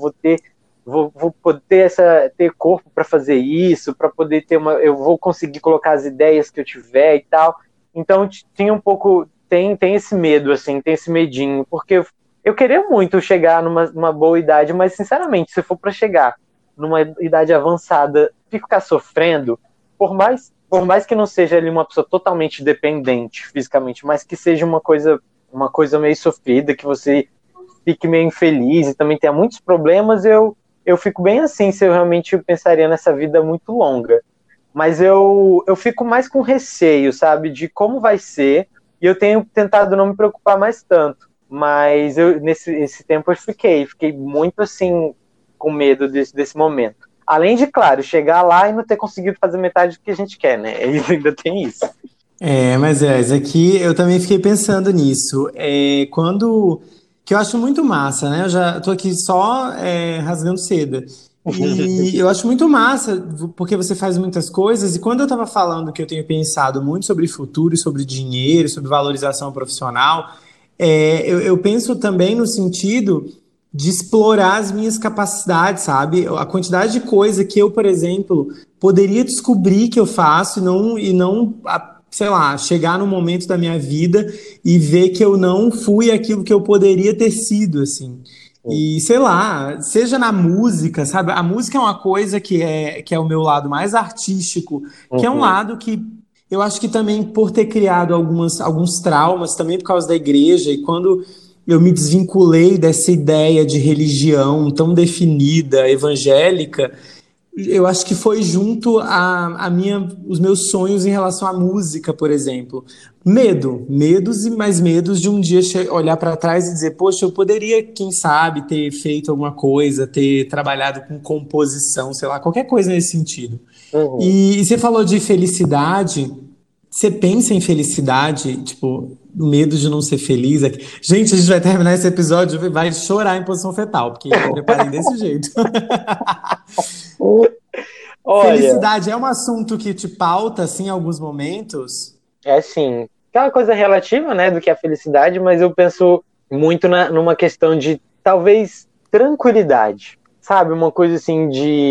vou poder ter corpo para fazer isso, para poder eu vou conseguir colocar as ideias que eu tiver e tal. Então tinha um pouco, tem esse medo, assim, tem esse medinho, porque eu queria muito chegar numa boa idade, mas sinceramente, se for para chegar numa idade avançada e ficar sofrendo, por mais que não seja ali uma pessoa totalmente dependente fisicamente, mas que seja uma coisa meio sofrida, que você fique meio infeliz e também tenha muitos problemas, eu fico bem assim, se eu realmente pensaria nessa vida muito longa. Mas eu fico mais com receio, sabe, de como vai ser, e eu tenho tentado não me preocupar mais tanto. Mas nesse tempo eu fiquei muito assim, com medo desse momento. Além de, claro, chegar lá e não ter conseguido fazer metade do que a gente quer, né? Ainda tem isso.
Mas isso aqui eu também fiquei pensando nisso. Que eu acho muito massa, né? Eu já tô aqui só rasgando seda. E eu acho muito massa, porque você faz muitas coisas, e quando eu tava falando que eu tenho pensado muito sobre futuro, sobre dinheiro, sobre valorização profissional, eu penso também no sentido de explorar as minhas capacidades, sabe? A quantidade de coisa que eu, por exemplo, poderia descobrir que eu faço e não, sei lá, chegar no momento da minha vida e ver que eu não fui aquilo que eu poderia ter sido, assim. E sei lá, seja na música, sabe? A música é uma coisa que é o meu lado mais artístico, que é um
Uhum,
lado que eu acho que também por ter criado alguns traumas, também por causa da igreja, e quando eu me desvinculei dessa ideia de religião tão definida, evangélica, eu acho que foi junto os meus sonhos em relação à música, por exemplo. Medos e mais medos de um dia olhar para trás e dizer, poxa, eu poderia, quem sabe, ter feito alguma coisa, ter trabalhado com composição, sei lá, qualquer coisa nesse sentido.
uhum.
E você falou de felicidade. Você pensa em felicidade, tipo, medo de não ser feliz? Gente, a gente vai terminar esse episódio, vai chorar em posição fetal, porque eu me preparei desse jeito.
Olha,
Felicidade é um assunto que te pauta, assim, em alguns momentos?
é assim, aquela coisa relativa, né, do que é a felicidade, mas eu penso muito numa questão de, talvez, tranquilidade, sabe? Uma coisa assim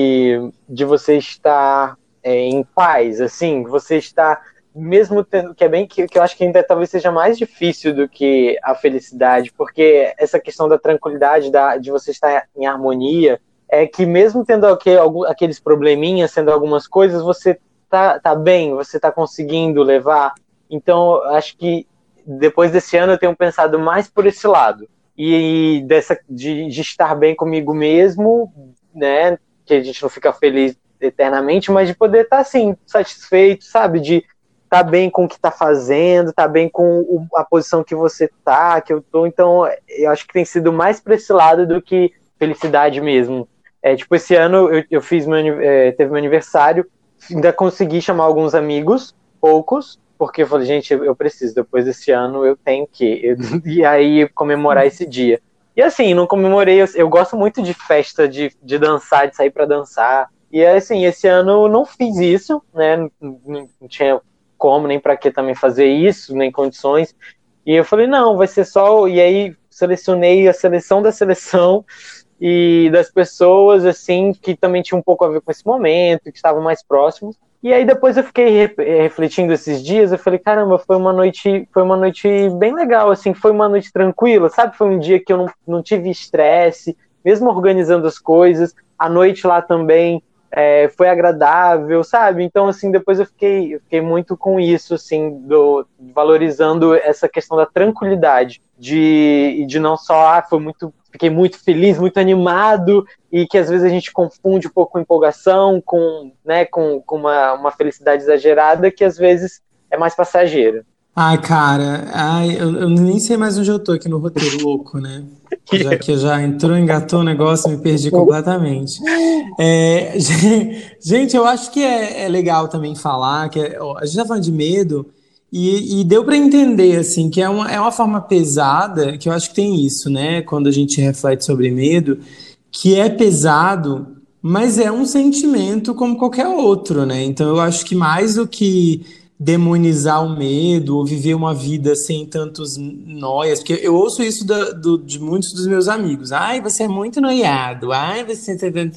de você estar em paz, assim, você estar, mesmo tendo, que é bem que eu acho que ainda talvez seja mais difícil do que a felicidade, porque essa questão da tranquilidade, de você estar em harmonia, é que mesmo tendo aqueles probleminhas, sendo algumas coisas, você tá bem, você tá conseguindo levar. Então, acho que depois desse ano eu tenho pensado mais por esse lado. E de estar bem comigo mesmo, né? Que a gente não fica feliz eternamente, mas de poder estar assim, satisfeito, sabe? De estar bem com o que está fazendo, estar bem com a posição que você tá, que eu tô. Então, eu acho que tem sido mais para esse lado do que felicidade mesmo. Tipo, esse ano eu fiz teve meu aniversário, ainda consegui chamar alguns amigos, poucos, porque eu falei, gente, eu preciso, depois desse ano eu tenho que. E aí comemorar esse dia. E assim, não comemorei, eu gosto muito de festa, de dançar, de sair para dançar. E assim, esse ano eu não fiz isso, né? Não tinha como, nem para que também fazer isso, nem condições. E eu falei, não, vai ser só. E aí selecionei a seleção da seleção e das pessoas, assim, que também tinha um pouco a ver com esse momento, que estavam mais próximos. E aí depois eu fiquei refletindo esses dias, eu falei, caramba, foi uma noite bem legal, assim, foi uma noite tranquila, sabe? Foi um dia que eu não tive estresse, mesmo organizando as coisas, a noite lá também foi agradável, sabe? Então, assim, depois eu fiquei muito com isso, assim, valorizando essa questão da tranquilidade, de não só, fiquei muito feliz, muito animado, e que às vezes a gente confunde um pouco com empolgação, né, com uma felicidade exagerada, que às vezes é mais passageira.
Ai, cara, eu nem sei mais onde eu tô aqui no roteiro, louco, né? Já que já entrou, engatou o negócio, me perdi completamente. Gente, eu acho que é legal também falar que ó, a gente tá falando de medo e deu para entender assim que é uma forma pesada, que eu acho que tem isso, né? Quando a gente reflete sobre medo, que é pesado, mas é um sentimento como qualquer outro, né? Então eu acho que mais demonizar o medo ou viver uma vida sem tantos noias, porque eu ouço isso de muitos dos meus amigos. Ai, você é muito noiado. Ai, você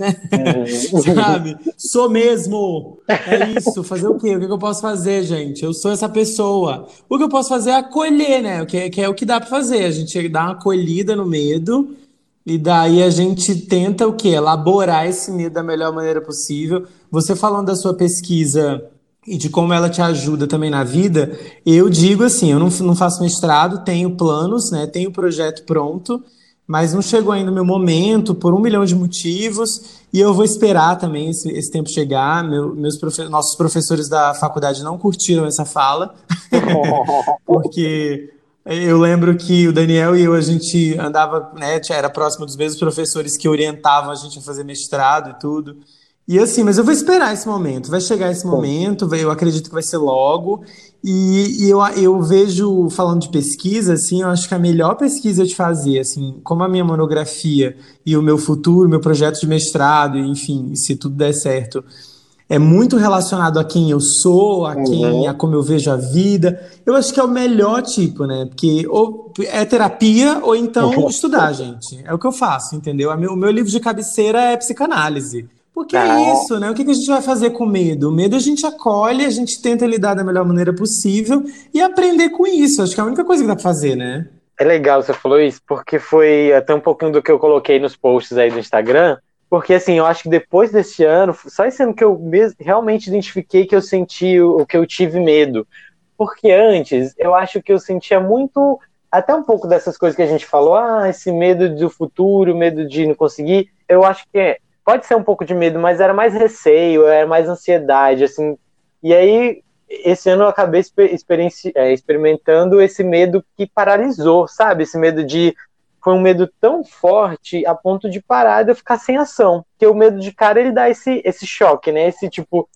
Uhum.
sabe? Sou mesmo. É isso. Fazer o quê? O que que eu posso fazer, gente? Eu sou essa pessoa. O que eu posso fazer é acolher, né? Que é o que dá pra fazer. A gente dá uma acolhida no medo e daí a gente tenta o quê? Elaborar esse medo da melhor maneira possível. Você falando da sua pesquisa e de como ela te ajuda também na vida, eu digo assim, eu não faço mestrado, tenho planos, né? Tenho o projeto pronto, mas não chegou ainda o meu momento, por um milhão de motivos, e eu vou esperar também esse tempo chegar. Nossos professores da faculdade não curtiram essa fala, porque eu lembro que o Daniel e eu, a gente andava, né, era próximo dos mesmos professores que orientavam a gente a fazer mestrado e tudo. E assim, mas eu vou esperar esse momento, vai chegar esse momento, eu acredito que vai ser logo. E eu vejo, falando de pesquisa, assim, eu acho que a melhor pesquisa de fazer, assim, como a minha monografia e o meu futuro, meu projeto de mestrado, enfim, se tudo der certo, é muito relacionado a quem eu sou, a
Uhum.
como eu vejo a vida. Eu acho que é o melhor tipo, né? Porque ou é terapia ou então estudar, gente. É o que eu faço, entendeu? O meu livro de cabeceira é psicanálise. Porque é
Ah,
isso, né? O que que a gente vai fazer com o medo? O medo a gente acolhe, a gente tenta lidar da melhor maneira possível e aprender com isso. Acho que é a única coisa que dá pra fazer, né?
é legal você falou isso, porque foi até um pouquinho do que eu coloquei nos posts aí do Instagram. Porque assim, eu acho que depois desse ano, só esse ano que eu realmente identifiquei que eu senti o que eu tive medo. Porque antes, eu acho que eu sentia muito, até um pouco dessas coisas que a gente falou, esse medo do futuro, medo de não conseguir. Eu acho que pode ser um pouco de medo, mas era mais receio, era mais ansiedade, assim. E aí, esse ano eu acabei experimentando esse medo que paralisou, sabe? Esse medo de. Foi um medo tão forte a ponto de parar de eu ficar sem ação. Porque o medo de cara, ele dá esse choque, né? Esse tipo,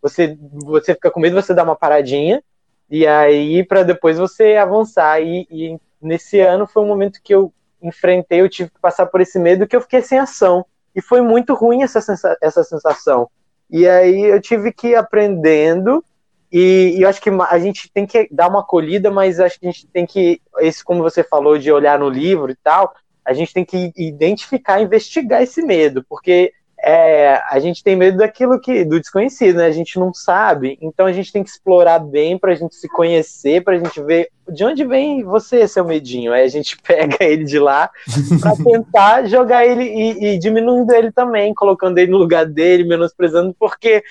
você fica com medo, você dá uma paradinha, e aí para depois você avançar. E nesse ano foi um momento que eu enfrentei, eu tive que passar por esse medo que eu fiquei sem ação. E foi muito ruim essa sensação. E aí eu tive que ir aprendendo, e eu acho que a gente tem que dar uma acolhida, mas acho que a gente tem que, esse como você falou, de olhar no livro e tal, a gente tem que identificar, investigar esse medo, porque a gente tem medo do desconhecido, né? A gente não sabe, então a gente tem que explorar bem para a gente se conhecer, para a gente ver de onde vem você, seu medinho. Aí a gente pega ele de lá para tentar jogar ele e diminuindo ele também, colocando ele no lugar dele, menosprezando, porque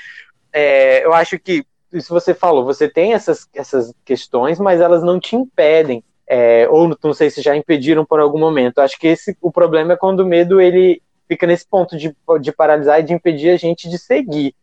eu acho que isso você falou, você tem essas questões, mas elas não te impedem. Ou não sei se já impediram por algum momento. Acho que o problema é quando o medo ele fica nesse ponto de paralisar e de impedir a gente de seguir.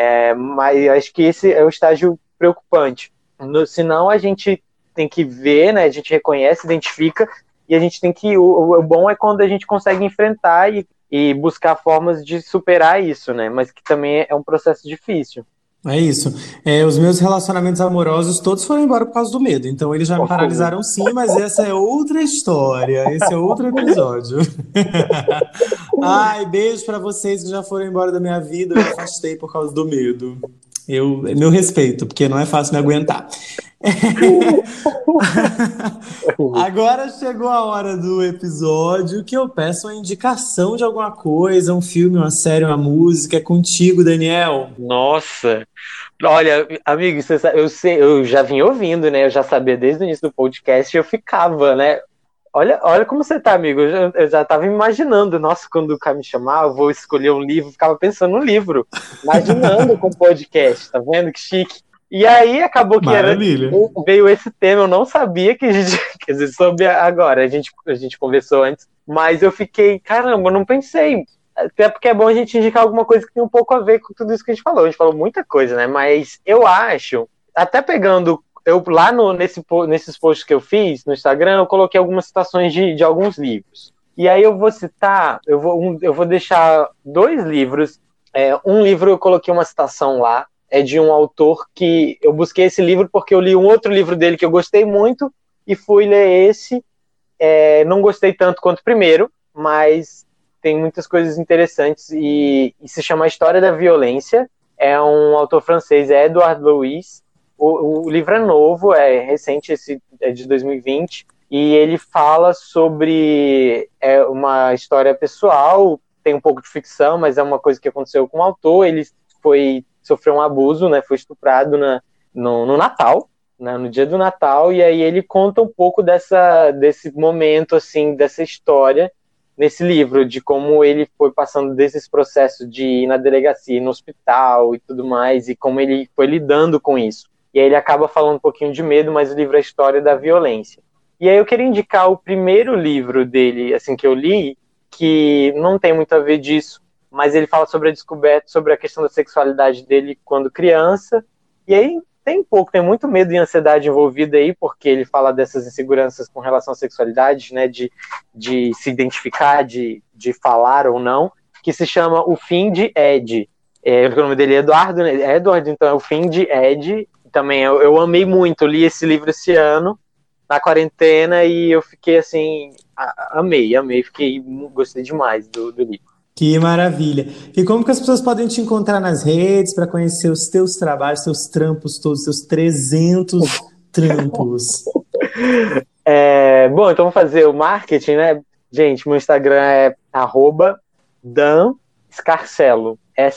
Mas acho que esse é o estágio preocupante. Senão a gente tem que ver, né? A gente reconhece, identifica, e a gente tem que. O bom é quando a gente consegue enfrentar e buscar formas de superar isso, né? Mas que também é um processo difícil.
É isso. Os meus relacionamentos amorosos todos foram embora por causa do medo. Então eles já me paralisaram sim, mas essa é outra história. Esse é outro episódio. Ai, beijo pra vocês que já foram embora da minha vida. Eu me afastei por causa do medo. Meu respeito, porque não é fácil me aguentar. Agora chegou a hora do episódio que eu peço uma indicação de alguma coisa, um filme, uma série, uma música. É contigo, Daniel.
Nossa, olha, amigo, você sabe, eu já vim ouvindo, né? Eu já sabia desde o início do podcast e eu ficava, né? Olha como você tá, amigo. Eu já tava imaginando, nossa, quando o cara me chamar, eu vou escolher um livro, ficava pensando no livro, imaginando com o podcast, tá vendo que chique? E aí acabou que
Maravilha.
veio esse tema, eu não sabia que a gente, quer dizer, soube agora, a gente conversou antes, mas eu fiquei, caramba, eu não pensei. Até porque é bom a gente indicar alguma coisa que tem um pouco a ver com tudo isso que a gente falou. A gente falou muita coisa, né? Mas eu acho, até pegando eu lá nesses posts que eu fiz no Instagram, eu coloquei algumas citações de alguns livros. E aí eu vou citar, eu vou deixar dois livros. Um livro eu coloquei uma citação lá, é de um autor que eu busquei esse livro porque eu li um outro livro dele que eu gostei muito e fui ler esse. Não gostei tanto quanto o primeiro, mas tem muitas coisas interessantes e se chama A História da Violência. É um autor francês, é Edouard Louis, o livro é novo, é recente, esse é de 2020, e ele fala sobre uma história pessoal, tem um pouco de ficção, mas é uma coisa que aconteceu com o autor. Ele sofreu um abuso, né, foi estuprado no Natal, né, no dia do Natal, e aí ele conta um pouco desse momento, assim, dessa história, nesse livro, de como ele foi passando desses processos de ir na delegacia, ir no hospital e tudo mais, e como ele foi lidando com isso. E aí ele acaba falando um pouquinho de medo, mas o livro é a história da violência. E aí eu queria indicar o primeiro livro dele, assim, que eu li, que não tem muito a ver disso, mas ele fala sobre a descoberta, sobre a questão da sexualidade dele quando criança, e aí tem muito medo e ansiedade envolvida aí, porque ele fala dessas inseguranças com relação à sexualidade, né, de se identificar, de falar ou não, que se chama O Fim de Ed. O nome dele é Eduardo, né? Edward, então é O Fim de Ed. Também eu amei muito, li esse livro esse ano, na quarentena, e eu fiquei assim, amei, gostei demais do livro.
Que maravilha. E como que as pessoas podem te encontrar nas redes para conhecer os teus trabalhos, seus trampos todos, seus 300 trampos?
Bom, então vamos fazer o marketing, né? Gente, meu Instagram é @danscarcelo,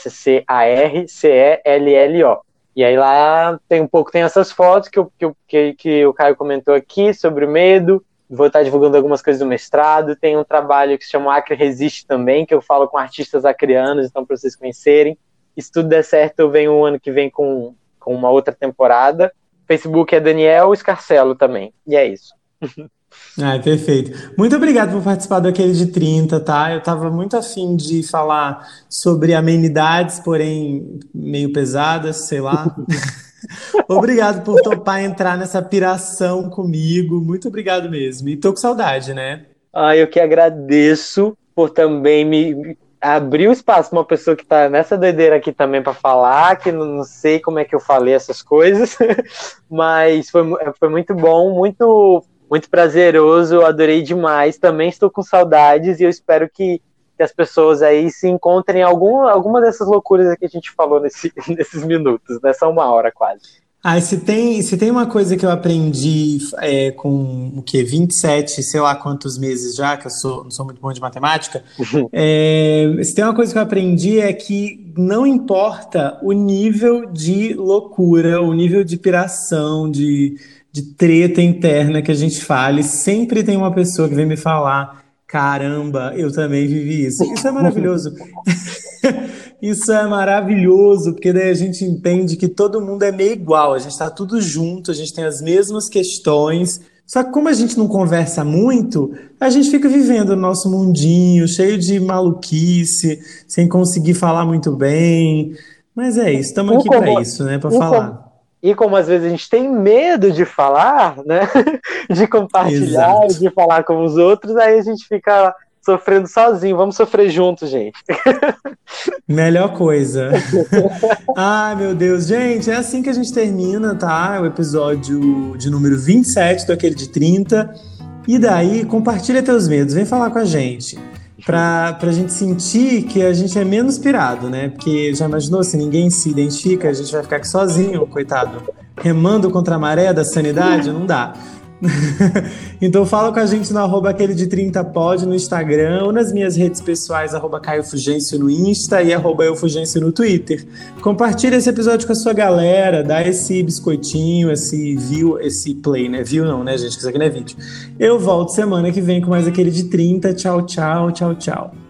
SCARCELLO. E aí lá tem essas fotos que o Caio comentou aqui sobre o medo. Vou estar divulgando algumas coisas do mestrado. Tem um trabalho que se chama Acre Resiste também, que eu falo com artistas acreanos, então para vocês conhecerem. E se tudo der certo, eu venho o ano que vem com uma outra temporada. Facebook é Daniel Scarcelo também. E é isso.
Ai, perfeito. Muito obrigado por participar daquele de 30, tá? Eu estava muito afim de falar sobre amenidades, porém meio pesadas, sei lá. Obrigado por topar entrar nessa piração comigo. Muito obrigado mesmo. E tô com saudade, né?
Eu que agradeço por também me abrir o espaço para uma pessoa que está nessa doideira aqui também para falar, que não sei como é que eu falei essas coisas, mas foi muito bom, muito, muito prazeroso, eu adorei demais. Também estou com saudades e eu espero que as pessoas aí se encontrem em alguma dessas loucuras que a gente falou nesses minutos, nessa 1 hora quase.
Se tem uma coisa que eu aprendi com o quê? 27, sei lá quantos meses já, que eu não sou muito bom de matemática. Se tem uma coisa que eu aprendi é que não importa o nível de loucura, o nível de piração, de treta interna que a gente fale, sempre tem uma pessoa que vem me falar: caramba, eu também vivi isso. Isso é maravilhoso. Isso é maravilhoso, porque daí a gente entende que todo mundo é meio igual, a gente está tudo junto, a gente tem as mesmas questões. Só que como a gente não conversa muito, a gente fica vivendo o nosso mundinho, cheio de maluquice, sem conseguir falar muito bem. Mas é isso, estamos aqui para isso, né? Para falar.
E como às vezes a gente tem medo de falar, né? De compartilhar, de falar com os outros, aí a gente fica sofrendo sozinho. Vamos sofrer juntos, gente.
Melhor coisa. Ai, meu Deus. Gente, é assim que a gente termina, tá? O episódio de número 27 do Aquele de 30. E daí, compartilha teus medos. Vem falar com a gente. Pra gente sentir que a gente é menos pirado, né? Porque já imaginou, se ninguém se identifica, a gente vai ficar aqui sozinho, coitado. Remando contra a maré da sanidade? Não dá. Então fala com a gente no @aquele de 30pod no Instagram ou nas minhas redes pessoais, @Caio Fugêncio no Insta e @eufugêncio no Twitter. Compartilha esse episódio com a sua galera, dá esse biscoitinho, esse view, esse play, né? View não, né, gente? Que isso aqui não é vídeo. Eu volto semana que vem com mais Aquele de 30. Tchau, tchau, tchau, tchau.